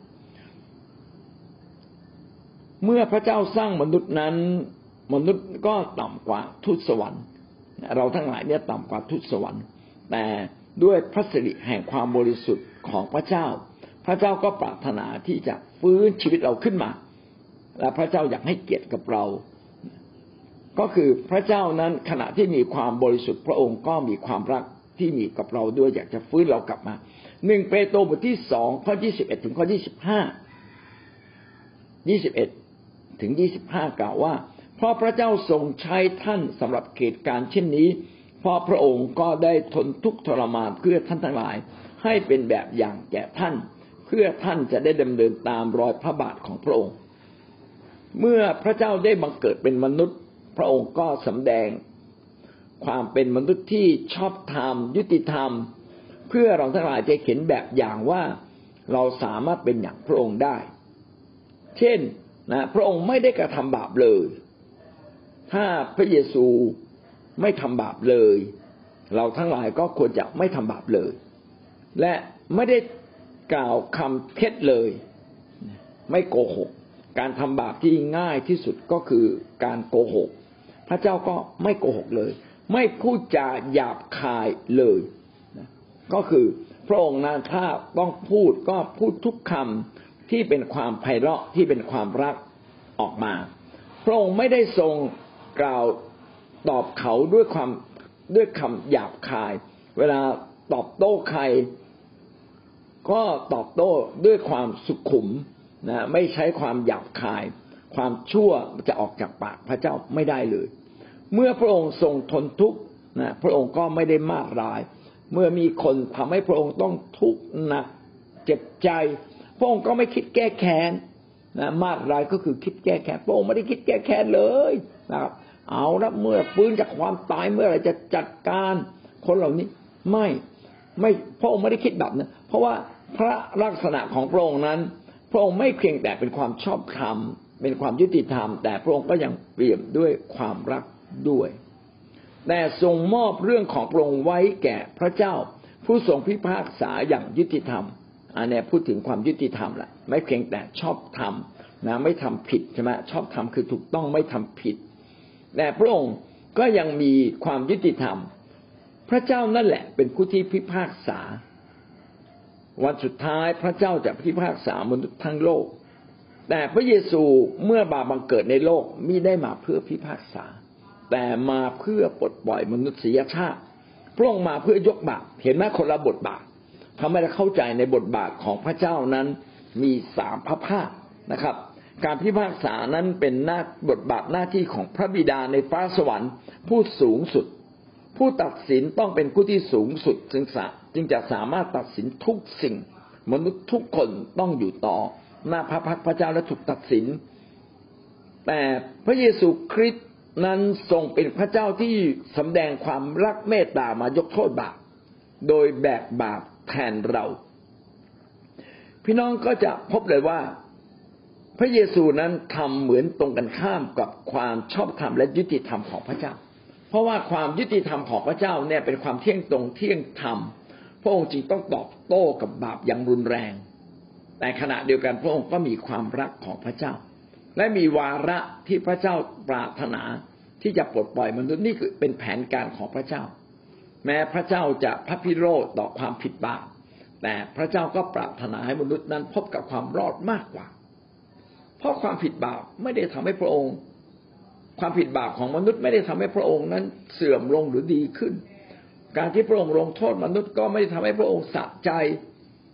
เมื่อพระเจ้าสร้างมนุษย์นั้นมนุษย์ก็ต่ำกว่าทูตสวรรค์เราทั้งหลายเนี่ยต่ำกว่าทูตสวรรค์แต่ด้วยพระสิริแห่งความบริสุทธิ์ของพระเจ้าพระเจ้าก็ปรารถนาที่จะฟื้นชีวิตเราขึ้นมาและพระเจ้าอยากให้เกียรติกับเราก็คือพระเจ้านั้นขณะที่มีความบริสุทธิ์พระองค์ก็มีความรักที่มีกับเราด้วยอยากจะฟื้นเรากลับมาหนึ่งเปโตรบทที่สองข้อยี่สิบเอ็ดถึงข้อยี่สิบห้า ยี่สิบเอ็ดถึงยี่สิบห้ากล่าวว่าเพราะพระเจ้าทรงใช้ท่านสำหรับเหตุการณ์เช่นนี้เพราะพระองค์ก็ได้ทนทุกข์ทรมานเพื่อท่านทั้งหลายให้เป็นแบบอย่างแก่ท่านเพื่อท่านจะได้ดำเนินตามรอยพระบาทของพระองค์เมื่อพระเจ้าได้บังเกิดเป็นมนุษย์พระองค์ก็สำแดงความเป็นมนุษย์ที่ชอบธรรมยุติธรรมเพื่อเราทั้งหลายจะเห็นแบบอย่างว่าเราสามารถเป็นอย่างพระองค์ได้เช่นนะพระองค์ไม่ได้กระทำบาปเลยถ้าพระเยซูไม่ทำบาปเลยเราทั้งหลายก็ควรจะไม่ทำบาปเลยและไม่ได้กล่าวคำเท็จเลยไม่โกหกการทำบาปที่ง่ายที่สุดก็คือการโกหกพระเจ้าก็ไม่โกหกเลยไม่พูดจาหยาบคายเลยก็คือพระองค์นั้นถ้าต้องพูดก็พูดทุกคำที่เป็นความไพเราะที่เป็นความรักออกมาพระองค์ไม่ได้ทรงกล่าวตอบเขาด้วยความด้วยคำหยาบคายเวลาตอบโต้ใครก็ตอบโต้ด้วยความสุขุมนะไม่ใช้ความหยาบคายความชั่วจะออกจากปากพระเจ้าไม่ได้เลยเมื่อพระองค์ทรงทนทุกข์นะพระองค์ก็ไม่ได้มากรายเมื่อมีคนทำให้พระองค์ต้องทุกข์หนักเจ็บใจพระองค์ก็ไม่คิดแก้แค้นนะมากรายก็คือคิดแก้แค้นพระองค์ไม่ได้คิดแก้แค้นเลยนะครับเอาละเมื่อฟื้นจากความตายเมื่อไหร่จะจัดการคนเหล่านี้ไม่ไม่พระองค์ไม่ได้คิดแบบนั้นเพราะว่าพระลักษณะของพระองค์นั้นพระองค์ไม่เพียงแต่เป็นความชอบธรรมเป็นความยุติธรรมแต่พระองค์ก็ยังเปี่ยมด้วยความรักด้วยแต่ทรงมอบเรื่องของพระองค์ไว้แก่พระเจ้าผู้ทรงพิพากษาอย่างยุติธรรมอันนี้พูดถึงความยุติธรรมแหละไม่เพียงแต่ชอบธรรมนะไม่ทำผิดใช่ไหมชอบธรรมคือถูกต้องไม่ทำผิดแต่พระองค์ก็ยังมีความยุติธรรมพระเจ้านั่นแหละเป็นผู้ที่พิพากษาวันสุดท้ายพระเจ้าจะพิพากษามนุษย์ทั้งโลกแต่พระเยซูเมื่อบาปบังเกิดในโลกมิได้มาเพื่อพิพากษาแต่มาเพื่อปลดปล่อยมนุษยชาติพระองค์มาเพื่อยกบาปเห็นไหมคนละบทบาททำให้เราเข้าใจในบทบาทของพระเจ้านั้นมีสามพระภาคนะครับการพิพากษานั้นเป็นหน้าบทบาทหน้าที่ของพระบิดาในฟ้าสวรรค์ผู้สูงสุดผู้ตัดสินต้องเป็นผู้ที่สูงสุดจึงจึงจะสามารถตัดสินทุกสิ่งมนุษย์ทุกคนต้องอยู่ต่อหน้าพระพักพระเจ้าและถูกตัดสินแต่พระเยซูคริสต์นั้นทรงเป็นพระเจ้าที่สำแดงความรักเมตตามายกโทษบาปโดยแบกบาปแทนเราพี่น้องก็จะพบเลยว่าพระเยซูนั้นทำเหมือนตรงกันข้ามกับความชอบธรรมและยุติธรรมของพระเจ้าเพราะว่าความยุติธรรมของพระเจ้าเนี่ยเป็นความเที่ยงตรงเที่ยงธรรมพระองค์จึงต้องตอบโต้กับบาปอย่างรุนแรงแต่ขณะเดียวกันพระองค์ก็มีความรักของพระเจ้าและมีวาระที่พระเจ้าปรารถนาที่จะปลดปล่อยมนุษย์นี่คือเป็นแผนการของพระเจ้าแม้พระเจ้าจะพระพิโรธต่อความผิดบาปแต่พระเจ้าก็ปรารถนาให้มนุษย์นั้นพบกับความรอดมากกว่าเพราะความผิดบาปไม่ได้ทำให้พระองค์ความผิดบาปของมนุษย์ไม่ได้ทำให้พระองค์นั้นเสื่อมลงหรือดีขึ้นการที่พระองค์ลงโทษมนุษย์ก็ไม่ได้ทำให้พระองค์สะใจ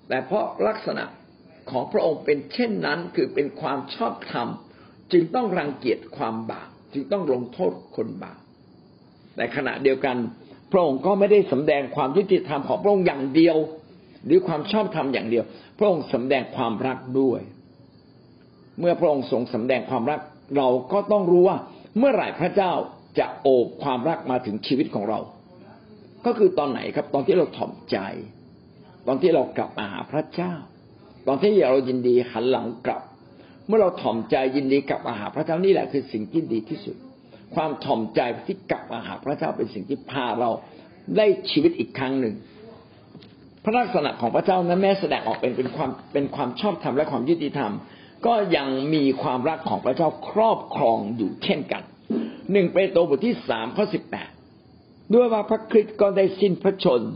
แต่เพราะลักษณะของพระองค์เป็นเช่นนั้นคือเป็นความชอบธรรมจึงต้องรังเกียจความบาปจึงต้องลงโทษคนบาปแต่ขณะเดียวกันพระองค์ก็ไม่ได้สำแดงความยุติธรรมของพระองค์อย่างเดียวหรือความชอบธรรมอย่างเดียวพระองค์สำแดงความรักด้วยเมื่อพระองค์ทรงสำแดงความรักเราก็ต้องรู้ว่าเมื่อไหร่พระเจ้าจะโอบความรักมาถึงชีวิตของเราก็คือตอนไหนครับตอนที่เราถ่อมใจตอนที่เรากลับมาหาพระเจ้าตอนที่เรายินดีหันหลังกลับเมื่อเราถ่อมใจยินดีกลับมาหาพระเจ้านี่แหละคือสิ่งที่ดีที่สุดความถ่อมใจที่กลับมาหาพระเจ้าเป็นสิ่งที่พาเราได้ชีวิตอีกครั้งหนึ่งพระลักษณะของพระเจ้านั้นแม้แสดงออกเป็นเป็นความเป็นความชอบธรรมและความยุติธรรมก็ยังมีความรักของพระเจ้าครอบครองอยู่เช่นกันหนึ่งเปโตรบทที่สามข้อสิบแปดด้วยว่าพระคริสต์ก็ได้สิ้นพระชนม์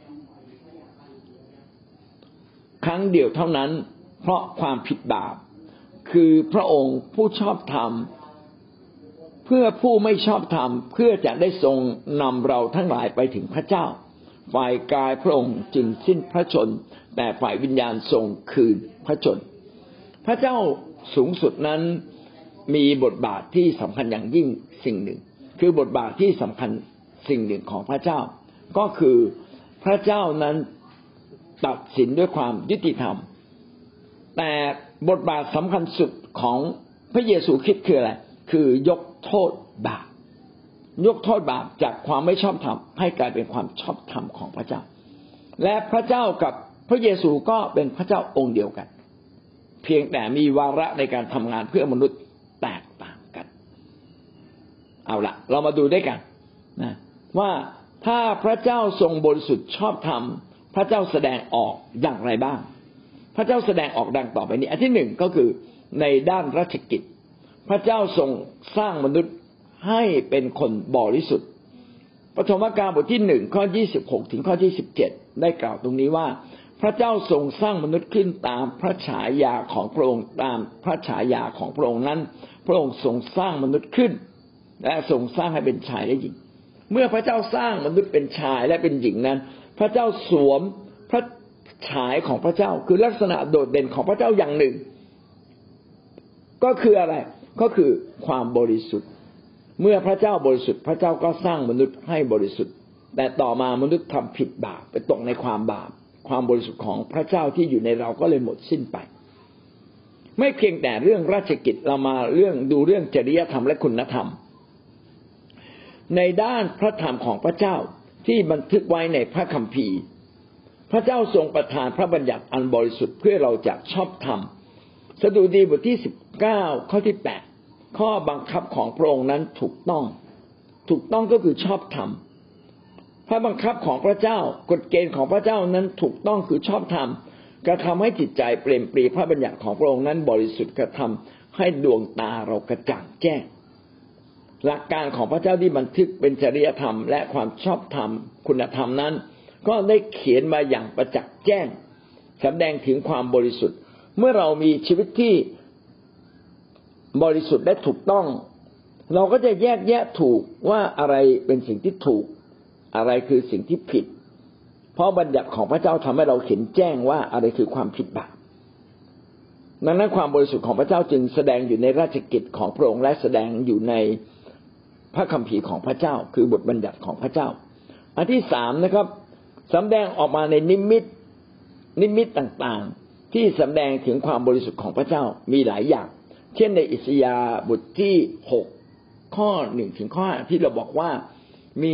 ครั้งเดียวเท่านั้นเพราะความผิดบาปคือพระองค์ผู้ชอบธรรมเพื่อผู้ไม่ชอบธรรมเพื่อจะได้ทรงนำเราทั้งหลายไปถึงพระเจ้าฝ่ายกายพระองค์จึงสิ้นพระชนม์แต่ฝ่ายวิญญาณทรงคืนพระชนม์พระเจ้าสูงสุดนั้นมีบทบาทที่สำคัญอย่างยิ่งสิ่งหนึ่งคือบทบาทที่สำคัญสิ่งหนึ่งของพระเจ้าก็คือพระเจ้านั้นตัดสินด้วยความยุติธรรมแต่บทบาทสำคัญสุดของพระเยซูคริสต์คืออะไรคือยกโทษบาปยกโทษบาปจากความไม่ชอบธรรมให้กลายเป็นความชอบธรรมของพระเจ้าและพระเจ้ากับพระเยซูก็เป็นพระเจ้าองค์เดียวกันเพียงแต่มีวาระในการทำงานเพื่อมนุษย์แตกต่างกันเอาละเรามาดูด้วยกันนะว่าถ้าพระเจ้าทรงบริสุทธิ์ชอบธรรมพระเจ้าแสดงออกอย่างไรบ้างพระเจ้าแสดงออกดังต่อไปนี้อันที่หนึ่งก็คือในด้านราชกิจพระเจ้าทรงสร้างมนุษย์ให้เป็นคนบริสุทธิ์ปฐมกาลบทที่หนึ่งข้อยี่สิบหกถึงข้อที่สิบเจ็ดได้กล่าวตรงนี้ว่าพระเจ้าทรงสร้างมนุษย์ขึ้นตามพระฉายาของพระองค์ตามพระฉายาของพระองค์นั้นพระองค์ทรงสร้างมนุษย์ขึ้นและทรงสร้างให้เป็นชายและหญิงเมื่อพระเจ้าสร้างมนุษย์เป็นชายและเป็นหญิงนั้นพระเจ้าสวมพระฉายของพระเจ้าคือลักษณะโดดเด่นของพระเจ้าอย่างหนึ่งก็คืออะไรก็คือความบริสุทธิ์เมื่อพระเจ้าบริสุทธิ์พระเจ้าก็สร้างมนุษย์ให้บริสุทธิ์แต่ต่อมามนุษย์ทำผิดบาปไปตกในความบาปความบริสุทธิ์ของพระเจ้าที่อยู่ในเราก็เลยหมดสิ้นไปไม่เพียงแต่เรื่องราชกิจเรามาเรื่องดูเรื่องจริยธรรมและคุณธรรมในด้านพระธรรมของพระเจ้าที่บันทึกไว้ในพระคัมภีร์พระเจ้าทรงประทานพระบัญญัติอันบริสุทธิ์เพื่อเราจะชอบธรรมสดุดีบทที่สิบเก้าข้อที่แปดข้อบังคับของพระองค์นั้นถูกต้องถูกต้องก็คือชอบธรรมพระบังคับของพระเจ้ากฎเกณฑ์ของพระเจ้านั้นถูกต้องคือชอบธรรมกระทำให้จิตใจเปลี่ยนปรีพระบัญญัติของพระองค์นั้นบริสุทธิ์กระทำให้ดวงตาเรากระจ่างแจ้งหลักการของพระเจ้าที่บันทึกเป็นจริยธรรมและความชอบธรรมคุณธรรมนั้นก็ได้เขียนมาอย่างประจักษ์แจ้งแสดงถึงความบริสุทธิ์เมื่อเรามีชีวิตที่บริสุทธิ์และถูกต้องเราก็จะแยกแยะถูกว่าอะไรเป็นสิ่งที่ถูกอะไรคือสิ่งที่ผิดเพราะบัญญัติของพระเจ้าทำให้เราเห็นแจ้งว่าอะไรคือความผิดบาปดังนั้นความบริสุทธิ์ของพระเจ้าจึงแสดงอยู่ในราชกิจของพระองค์และแสดงอยู่ในพระคัมภีร์ของพระเจ้าคือบทบัญญัติของพระเจ้าอันที่สามนะครับแสดงออกมาในนิมิตนิมิตต่างๆที่แสดงถึงความบริสุทธิ์ของพระเจ้ามีหลายอย่างเช่นในอิสยาห์บทที่หกข้อหนึ่งถึงข้อห้าที่เราบอกว่ามี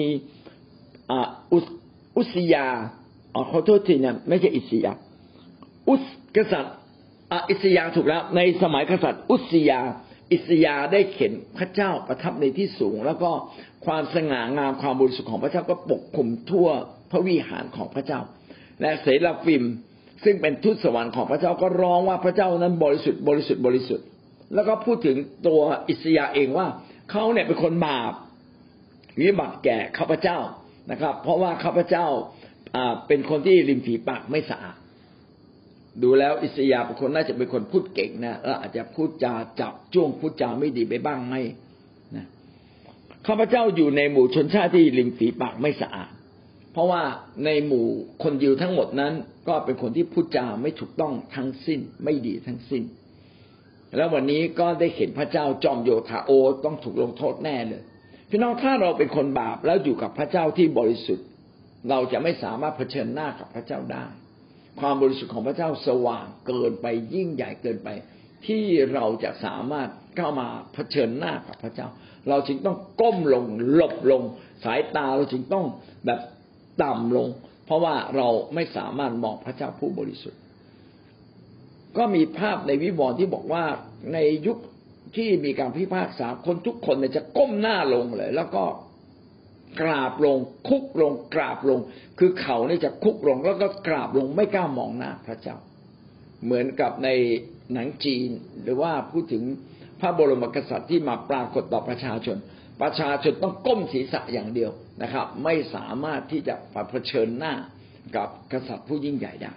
อุสยาอ๋อขอโทษทีนะไม่ใช่อิสยาอุสกษัตริย์อิสยาถูกแล้วในสมัยกษัตริย์อุสยาอิสยาได้เห็นพระเจ้าประทับในที่สูงแล้วก็ความสง่างามความบริสุทธิ์ของพระเจ้าก็ปกคลุมทั่วพระวิหารของพระเจ้าและเสราฟิมซึ่งเป็นทูตสวรรค์ของพระเจ้าก็ร้องว่าพระเจ้านั้นบริสุทธิ์บริสุทธิ์บริสุทธิ์แล้วก็พูดถึงตัวอิสยาเองว่าเขาเนี่ยเป็นคนบาปวิบัติแก่ข้าพเจ้านะครับเพราะว่าข้าพเจ้าเป็นคนที่ริมฝีปากไม่สะอาดดูแล้วอิสยาห์เป็นคนน่าจะเป็นคนพูดเก่งนะแล้วอาจจะพูดจาจับจ้วงพูดจาไม่ดีไปบ้างไหมนะข้าพเจ้าอยู่ในหมู่ชนชาติที่ริมฝีปากไม่สะอาดเพราะว่าในหมู่คนยิวทั้งหมดนั้นก็เป็นคนที่พูดจาไม่ถูกต้องทั้งสิ้นไม่ดีทั้งสิ้นแล้ววันนี้ก็ได้เห็นพระเจ้าจอมโยธาโอต้องถูกลงโทษแน่เลยพี่น้องถ้าเราเป็นคนบาปแล้วอยู่กับพระเจ้าที่บริสุทธิ์เราจะไม่สามารถเผชิญหน้ากับพระเจ้าได้ความบริสุทธิ์ของพระเจ้าสว่างเกินไปยิ่งใหญ่เกินไปที่เราจะสามารถเข้ามาเผชิญหน้ากับพระเจ้าเราจึงต้องก้มลงหลบลงสายตาเราจึงต้องแบบต่ำลงเพราะว่าเราไม่สามารถมองพระเจ้าผู้บริสุทธิ์ก็มีภาพในวิวรณ์ที่บอกว่าในยุคที่มีการพิพากษาคนทุกคนเนี่ยจะก้มหน้าลงเลยแล้วก็กราบลงคุกลงกราบลงคือเขาเนี่ยจะคุกลงแล้วก็กราบลงไม่กล้ามองหน้าพระเจ้าเหมือนกับในหนังจีนหรือว่าพูดถึงพระบรมกษัตริย์ที่มาปรากฏต่อประชาชนประชาชนต้องก้มศีรษะอย่างเดียวนะครับไม่สามารถที่จะเผชิญหน้ากับกษัตริย์ผู้ยิ่งใหญ่ได้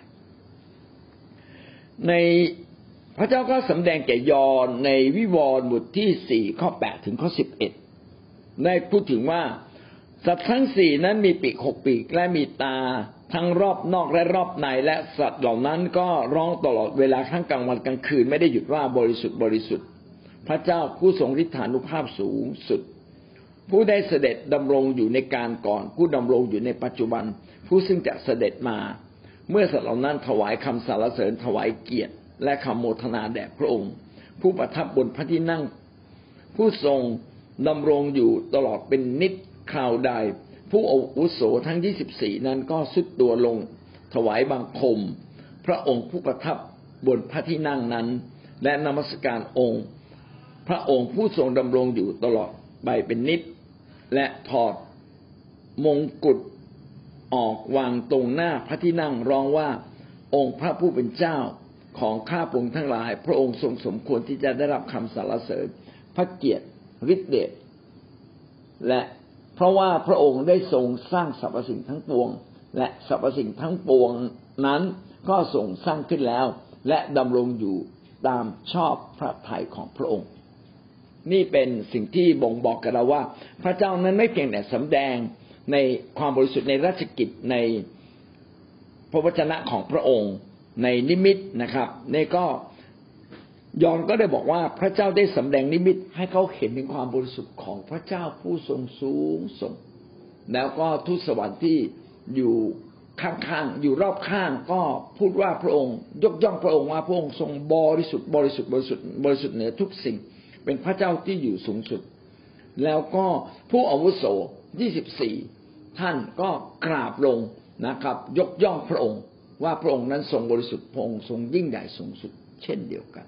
ในพระเจ้าก็สำแดงแก่ยอห์นในวิวรณ์บทที่สี่ข้อแปดถึงข้อสิบเอ็ดได้พูดถึงว่าสัตว์ทั้งสี่นั้นมีปีกหกปีกและมีตาทั้งรอบนอกและรอบในและสัตว์เหล่านั้นก็ร้องตลอดเวลาทั้งกลางวันกลางคืนไม่ได้หยุดว่าบริสุทธิ์บริสุทธิ์พระเจ้าผู้ทรงฤทธานุภาพสูงสุดผู้ได้เสด็จดำรงอยู่ในการก่อนผู้ดำรงอยู่ในปัจจุบันผู้ซึ่งจะเสด็จมาเมื่อสัตว์เหล่านั้นถวายคำสรรเสริญถวายเกียรติและคำโมทนาแด่พระองค์ผู้ประทับบนพระที่นั่งผู้ทรงดำรงอยู่ตลอดเป็นนิจคราวใดผู้อาวุโสทั้งยี่สิบสี่นั้นก็สุดตัวลงถวายบังคมพระองค์ผู้ประทับบนพระที่นั่งนั้นและนมัสการองค์พระองค์ผู้ทรงดำรงอยู่ตลอดไปเป็นนิจและถอดมงกุฎออกวางตรงหน้าพระที่นั่งร้องว่าองค์พระผู้เป็นเจ้าของข้าพระองค์ทั้งหลายพระองค์ทรงสมควรที่จะได้รับคำสรรเสริญพระเกียรติฤทธิ์เดชและเพราะว่าพระองค์ได้ทรงสร้างสรรพสิ่งทั้งปวงและสรรพสิ่งทั้งปวงนั้นก็ทรงสร้างขึ้นแล้วและดำรงอยู่ตามชอบพระทัยของพระองค์นี่เป็นสิ่งที่บ่งบอกกับเราว่าพระเจ้านั้นไม่เพียงแต่สำแดงในความบริสุทธิ์ในราชกิจในพระวจนะของพระองค์ในนิมิตนะครับนี่ก็ยอห์นก็ได้บอกว่าพระเจ้าได้สำแดงนิมิตให้เขาเห็นถึงความบริสุทธิ์ของพระเจ้าผู้ทรงสูงส่งแล้วก็ทูตสวรรค์ที่อยู่ข้างๆอยู่รอบข้างก็พูดว่าพระองค์ยกย่องพระองค์ว่าพระองค์ทรงบริสุทธิ์บริสุทธิ์บริสุทธิ์บริสุทธิ์เหนือทุกสิ่งเป็นพระเจ้าที่อยู่สูงสุดแล้วก็ผู้อาวุโสยี่สิบสี่ท่านก็กราบลงนะครับยกย่องพระองค์ว่าพระองค์นั้นทรงบริสุทธิ์พระองค์ทรงยิ่งใหญ่สูงสุดเช่นเดียวกัน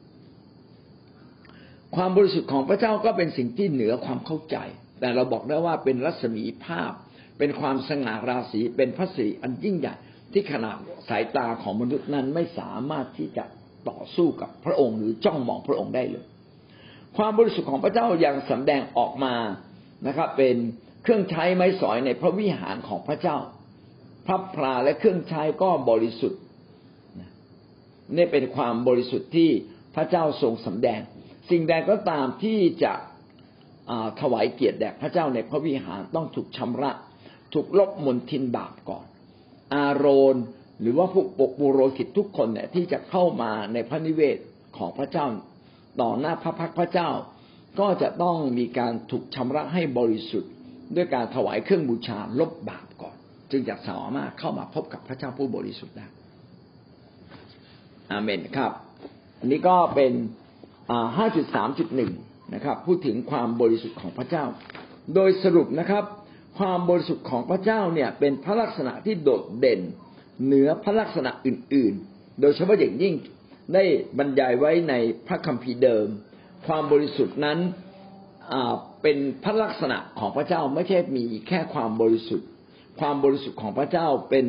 ความบริสุทธิ์ของพระเจ้าก็เป็นสิ่งที่เหนือความเข้าใจแต่เราบอกได้ว่าเป็นรัศมีภาพเป็นความสง่าราศีเป็นพระสิริอันยิ่งใหญ่ที่ขนาดสายตาของมนุษย์นั้นไม่สามารถที่จะต่อสู้กับพระองค์หรือจ้องมองพระองค์ได้เลยความบริสุทธิ์ของพระเจ้ายังสำแดงออกมานะครับเป็นเครื่องใช้ไม้สอยในพระวิหารของพระเจ้าพระพลาและเครื่องใช้ก็บริสุทธิ์นี่เป็นความบริสุทธิ์ที่พระเจ้าทรงสำแดงสิ่งใดก็ตามที่จะถวายเกียรติแด่พระเจ้าในพระวิหารต้องถูกชำระถูกลบมลทินบาปก่อนอาโรนหรือว่าผู้ปกปุโรหิตทุกคนเนี่ยที่จะเข้ามาในพระนิเวศของพระเจ้าต่อหน้าพระพักตร์พระเจ้าก็จะต้องมีการถูกชำระให้บริสุทธิ์ด้วยการถวายเครื่องบูชาลบบาปก่อนจึงจะสามารถเข้ามาพบกับพระเจ้าผู้บริสุทธิ์ได้อาเมนครับอันนี้ก็เป็น ห้าจุดสามจุดหนึ่ง นะครับพูดถึงความบริสุทธิ์ของพระเจ้าโดยสรุปนะครับความบริสุทธิ์ของพระเจ้าเนี่ยเป็นพระลักษณะที่โดดเด่นเหนือพระลักษณะอื่นๆโดยเฉพาะอย่างยิ่งได้บรรยายไว้ในพระคัมภีร์เดิมความบริสุทธิ์นั้นเป็นพระลักษณะของพระเจ้าไม่ใช่มีแค่ความบริสุทธิ์ความบริสุทธิ์ของพระเจ้าเป็น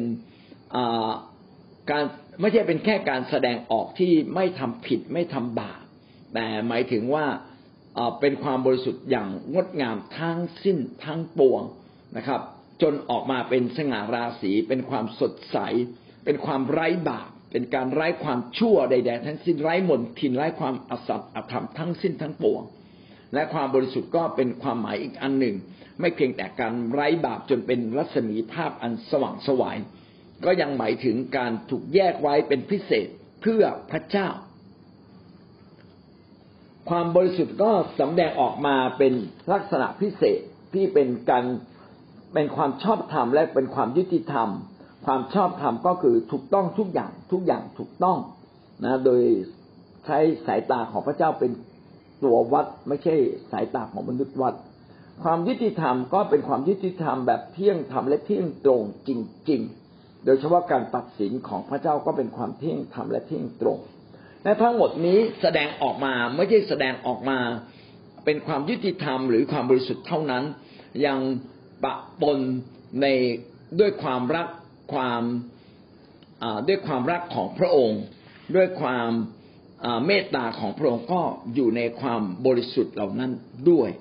การไม่ใช่เป็นแค่การแสดงออกที่ไม่ทำผิดไม่ทำบาปแต่หมายถึงว่าเป็นความบริสุทธิ์อย่างงดงามทั้งสิ้นทั้งปวงนะครับจนออกมาเป็นสง่าราศีเป็นความสดใสเป็นความไร้บาปเป็นการไร้ความชั่วใดๆทั้งสิ้นไร้มลทินไร้ความอสัตย์อธรรมทั้งสิ้นทั้งปวงและความบริสุทธิ์ก็เป็นความหมายอีกอันหนึ่งไม่เพียงแต่การไร้บาปจนเป็นรัศมีภาพอันสว่างไสวก็ยังหมายถึงการถูกแยกไว้เป็นพิเศษเพื่อพระเจ้าความบริสุทธิ์ก็สำแดงออกมาเป็นลักษณะพิเศษที่เป็นการเป็นความชอบธรรมและเป็นความยุติธรรมความชอบธรรมก็คือถูกต้องทุกอย่างทุกอย่างถูกต้องนะโดยใช้สายตาของพระเจ้าเป็นตัววัดไม่ใช่สายตาของมนุษย์วัดความยุติธรรมก็เป็นความยุติธรรมแบบเที่ยงธรรมและเที่ยงตรงจริงๆโดยเฉพาะการตัดสินของพระเจ้าก็เป็นความเที่ยงธรรมและเที่ยงตรงและทั้งหมดนี้แสดงออกมาไม่ใช่แสดงออกมาเป็นความยุติธรรมหรือความบริสุทธิ์เท่านั้นยังปะปนในด้วยความรักความด้วยความรักของพระองค์ด้วยความเมตตาของพระองค์ก็อยู่ในความบริสุทธิ์เหล่านั้นด้วย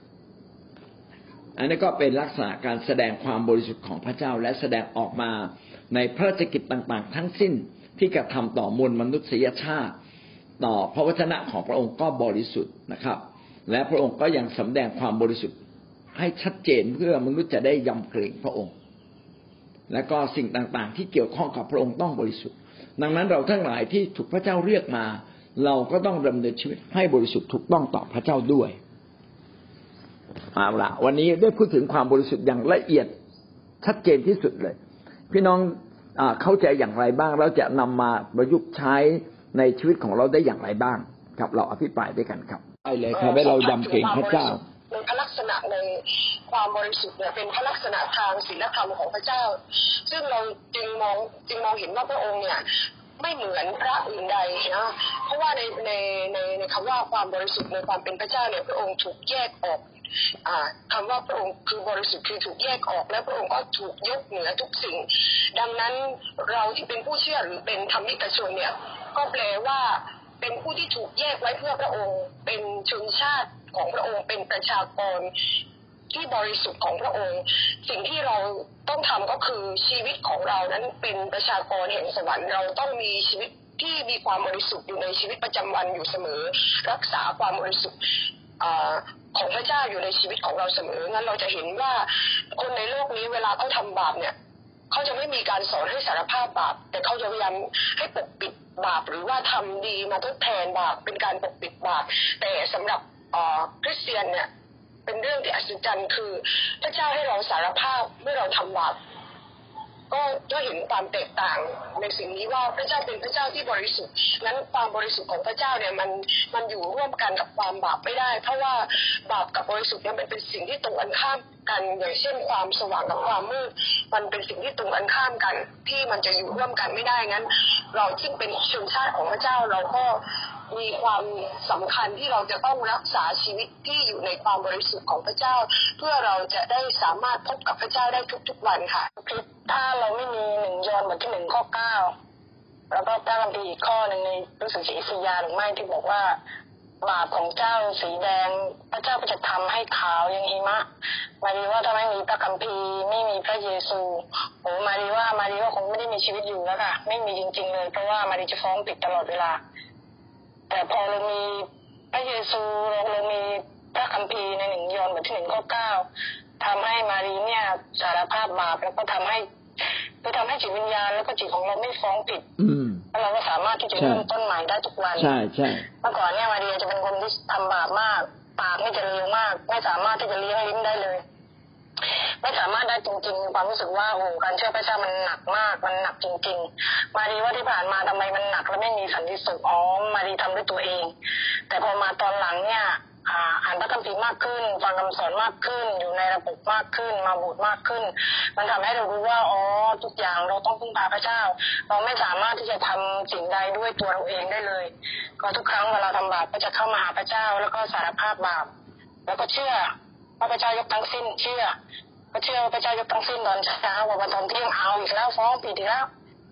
อันนี้ก็เป็นลักษณะการแสดงความบริสุทธิ์ของพระเจ้าและแสดงออกมาในพระราชกิจต่างๆทั้งสิ้นที่กระทำต่อมวลมนุษยชาติต่อพระวจนะของพระองค์ก็บริสุทธิ์นะครับและพระองค์ก็ยังแสดงความบริสุทธิ์ให้ชัดเจนเพื่อมนุษย์จะได้ยำเกรงพระองค์และก็สิ่งต่างๆที่เกี่ยวข้องกับพระองค์ต้องบริสุทธิ์ดังนั้นเราทั้งหลายที่ถูกพระเจ้าเรียกมาเราก็ต้องดำเนินชีวิตให้บริสุทธิ์ถูกต้องต่อพระเจ้าด้วยเอาล่ะวันนี้ได้พูดถึงความบริสุทธิ์อย่างละเอียดชัดเจนที่สุดเลยพี่น้องเข้าใจอย่างไรบ้างเราจะนำมาประยุกต์ใช้ในชีวิตของเราได้อย่างไรบ้างครับเราอภิปรายด้วยกันครับไปเลยครับให้เรายำเกรงพระเจ้าในพระลักษณะในความบริสุทธิ์เนี่ยเป็นพระลักษณะทางศีลธรรมของพระเจ้าซึ่งเราจึงมองจึงมองเห็นว่าพระองค์เนี่ยไม่เหมือนพระอื่นใดนะเพราะว่าในในในในคำว่าความบริสุทธิ์ในความเป็นพระเจ้าเนี่ยพระองค์ถูกแยกออกอ่าคำว่าพระองค์คือบริสุทธิ์คือถูกแยกออกและพระองค์ก็ถูกยกเหนือทุกสิ่งดังนั้นเราที่เป็นผู้เชื่อหรือเป็นธรรมิกชนเนี่ยก็แปลว่าเป็นผู้ที่ถูกแยกไว้เพื่อพระองค์เป็นชนชาติของพระองค์เป็นประชากรที่บริสุทธิ์ของพระองค์สิ่งที่เราต้องทำก็คือชีวิตของเรานั้นเป็นประชากรแห่งสวรรค์เราต้องมีชีวิตที่มีความบริสุทธิ์อยู่ในชีวิตประจำวันอยู่เสมอรักษาความบริสุทธิ์ของพระเจ้าอยู่ในชีวิตของเราเสมองั้นเราจะเห็นว่าคนในโลกนี้เวลาเขาทำบาปเนี่ยเขาจะไม่มีการสอนให้สารภาพบาปแต่เขาจะพยายามให้ปกปิดบาปหรือว่าทำดีมาทดแทนบาปเป็นการปกปิดบาปแต่สำหรับคริสเตียนเนี่ยเป็นเรื่องที่อัศจรรย์คือพระเจ้าให้เราสารภาพเมื่อเราทำบาปก็จะเห็นความแตกต่างในสิ่งนี้ว่าพระเจ้าเป็นพระเจ้าที่บริสุทธิ์งั้นความบริสุทธิ์ของพระเจ้าเนี่ยมันมันอยู่ร่วมกันกับความบาปไม่ได้เพราะว่าบาปกับบริสุทธิ์เนี่ยมันเป็นสิ่งที่ตรงกันข้ามกันอย่างเช่นความสว่างกับความมืดมันเป็นสิ่งที่ตรงกันข้ามกันที่มันจะอยู่ร่วมกันไม่ได้งั้นเราซึ่งเป็นชนชาติของพระเจ้าเราก็มีความสำคัญที่เราจะต้องรักษาชีวิตที่อยู่ในความบริสุทธิ์ของพระเจ้าเพื่อเราจะได้สามารถพบกับพระเจ้าได้ทุกๆวันค่ะถ้าเราไม่มีหนึ่งยอห์นบทที่หนึ่งข้อเก้าแล้วก็พระคัมภีร์อีกข้อหนึ่งในรู้สึกอิสยาห์หรือไม่ที่บอกว่าบาปของเจ้าสีแดงพระเจ้าก็จะทำให้ขาวอย่างหิมะมาดีว่าถ้าไม่มีพระคัมภีร์ไม่มีพระเยซูโอ้มาดีว่ามาดีว่าคงไม่ได้มีชีวิตอยู่แล้วค่ะไม่มีจริงๆเลยเพราะว่ามาดีจะฟ้องปิดตลอดเวลาแต่พอเรามีพระเยซูเราเรามีพระคัมภีร์ในหนึ่งยอห์นบทที่หนึ่งข้อเก้าทำให้มารีเนี่ยสารภาพบาปแล้วก็ทำให้ไปทำให้จิตวิญญาณแล้วก็จิตของเราไม่ฟ้องผิดแล้วเราก็สามารถที่จะเริ่มต้นใหม่ได้ทุกวันใช่ใช่เมื่อก่อนเนี่ยมารีจะเป็นคนที่ทำบาปมากปากไม่จะเร็วมากไม่สามารถที่จะเลี้ยงลิ้นได้เลยไม่สามารถได้จริงๆความรู้สึกว่าโอ้การเชื่อพระเจ้ามันหนักมากมันหนักจริงๆมารีว่าที่ผ่านมาทำไมมันหนักและไม่มีสันติสุขอ๋อมารีทำด้วยตัวเองแต่พอมาตอนหลังเนี่ยอ่านพระคัมภีร์มากขึ้นฟังคำสอนมากขึ้นอยู่ในระบบมากขึ้นมาโบสถ์มากขึ้นมันทำให้เรารู้ว่าอ๋อทุกอย่างเราต้องพึ่งพาพระเจ้าเราไม่สามารถที่จะทำสิ่งใดด้วยตัวเราเองได้เลยก็ทุกครั้งเวลาทำบาปก็จะเข้ามาหาพระเจ้าแล้วก็สารภาพบาปแล้วก็เชื่อว่าพระเจ้ายกทั้งสิ้นเชื่อก็เชื่อว่าพระเจ้ายกทั้งสิ้นตอนเช้าว่าวันตอนเที่ยงเอาอีกแล้วฟ้องผิดอีกแล้วพ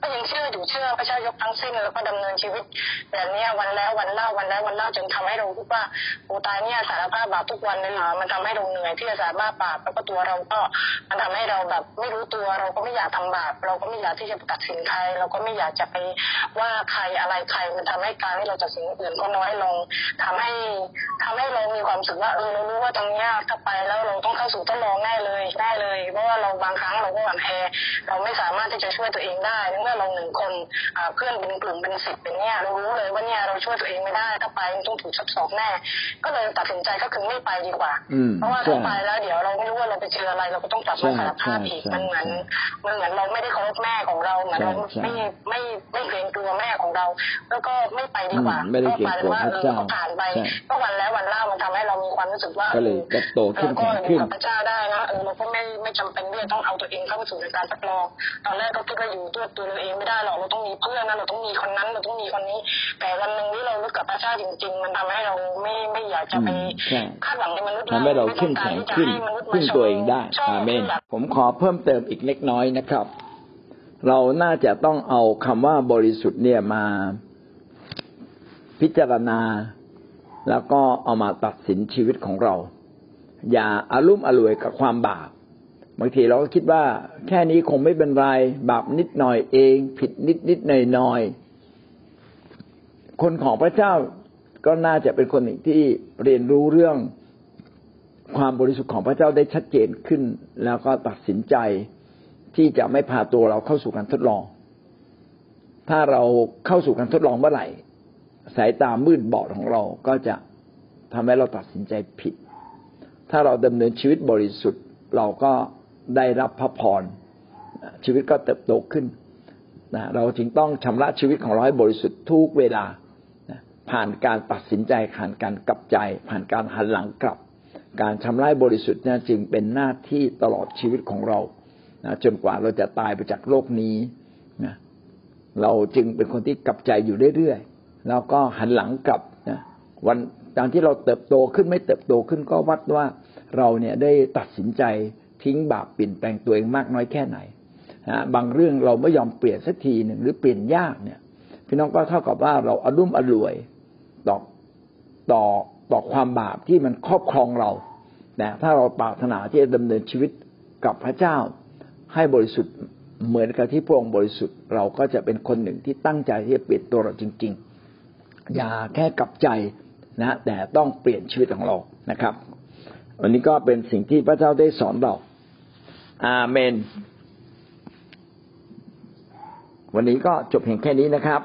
ก็ยังเชื่ออยู่เชื่อพระเจ้ายกทั้งสิ้นแล้วก็ดำเนินชีวิตแบบนี้วันแล้ววันเล่าวันแล้ววันเล่าจนทำให้เรารู้ว่าโอ้ตายเนี่ยสารภาพบาปทุกวันเลยเหรอมันทำให้เราเหนื่อยที่จะสารภาพบาปแล้วก็ตัวเราก็มันทำให้เราแบบไม่รู้ตัวเราก็ไม่อยากทำบาปเราก็ไม่อยากที่จะตัดสินใครเราก็ไม่อยากจะไปว่าใครอะไรใครมันทำให้การที่เราตัดสินอื่นก็น้อยลงทำให้ทำให้เรามีความรู้สึกว่าเออเรารู้ว่าตรงนี้ถ้าไปแล้วเราต้องเข้าสู่ทดลองแน่เลยแน่เลยเพราะว่าเราบางครั้งเราก็หวั่นแอเราไม่สามารถที่จะช่วยตัวเองได้เมื่อเราหนึ่งคนเพื่อนเป็นกลุ่มเป็นสิบเป็นเนี่ยเรารู้เลยว่าเนี่ยเราช่วยตัวเองไม่ได้ถ้าไปต้องถูกทดสอบแน่ก็เลยตัดสินใจก็คือไม่ไปดีกว่าเพราะว่าถ้าไปแล้วเดี๋ยวเราไม่รู้ว่าเราไปเจออะไรเราก็ต้องกลับมาสารภาพอีกมันเหมือนมันเหมือนเราไม่ได้เคารพแม่ของเราเหมือนเราไม่ไม่ไม่เกรงกลัวแม่ของเราแล้วก็ไม่ไปดีกว่าก็กลายเป็นว่าเออก็ผ่านไปก็วันแล้ววันเล่ามันทำให้เรามีความรู้สึกว่าก็เลยก็โตขึ้นแข็งขึ้นพระเจ้าได้นะเออเราก็ไม่ไม่จำเป็นที่จะต้องเอาตัวเองเข้าไปสู่ในการทดลองตอนแรกก็คิดว่าอยู่ตัวตัวเราเองไม่ได้หรอกเราต้องมีเพื่อนนะเราต้องมีคนนั้นเราต้องมีคนนี้แต่วันหนึ่งที่เราลึกกับพระเจ้าจริงๆมันทำให้เราไม่ไม่อยากจะไปคาดหวังในมนุษย์ทำให้เราเข้มแข็งขึ้นพึ่งตัวเองได้อาเมนผมขอเพิ่มเติมอีกเล็กน้อยนะครับเราน่าจะต้องเอาคำว่าบริสุทธิ์เนี่ยมาพิจารณาแล้วก็เอามาตัดสินชีวิตของเราอย่าอารุ่มอร่วยกับความบาปบางทีเราก็คิดว่าแค่นี้คงไม่เป็นไรบาปนิดหน่อยเองผิดนิดนิดหน่อยหน่อยคนของพระเจ้าก็น่าจะเป็นคนหนึ่งที่เรียนรู้เรื่องความบริสุทธิ์ของพระเจ้าได้ชัดเจนขึ้นแล้วก็ตัดสินใจที่จะไม่พาตัวเราเข้าสู่การทดลองถ้าเราเข้าสู่การทดลองเมื่อไหร่สายตามืดบอดของเราก็จะทำให้เราตัดสินใจผิดถ้าเราดำเนินชีวิตบริสุทธิ์เราก็ได้รับพระพรชีวิตก็เติบโตขึ้นนะเราจึงต้องชำระชีวิตของเราให้บริสุทธิ์ทุกเวลานะผ่านการตัดสินใจผ่านการกลับใจผ่านการหันหลังกลับการชำระบริสุทธิ์เนี่ยจึงเป็นหน้าที่ตลอดชีวิตของเรานะจนกว่าเราจะตายไปจากโลกนี้นะเราจึงเป็นคนที่กลับใจอยู่เรื่อยๆแล้วก็หันหลังกลับนะวันตอนที่เราเติบโตขึ้นไม่เติบโตขึ้นก็วัดว่าเราเนี่ยได้ตัดสินใจทิ้งบาปเปลี่ยนแปลงตัวเองมากน้อยแค่ไหนนะบางเรื่องเราไม่ยอมเปลี่ยนสักทีหนึ่งหรือเปลี่ยนยากเนี่ยพี่น้องก็เท่ากับว่าเราอรุ่มอร่วยต่อต่อต่อความบาปที่มันครอบครองเรานะถ้าเราปรารถนาที่จะดำเนินชีวิตกับพระเจ้าให้บริสุทธิ์เหมือนกับที่พระองค์บริสุทธิ์เราก็จะเป็นคนหนึ่งที่ตั้งใจที่จะเปลี่ยนตัวเราจริงๆอย่าแค่กลับใจนะแต่ต้องเปลี่ยนชีวิตของเรานะครับวันนี้ก็เป็นสิ่งที่พระเจ้าได้สอนเราอาเมนวันนี้ก็จบเพียงแค่นี้นะครับ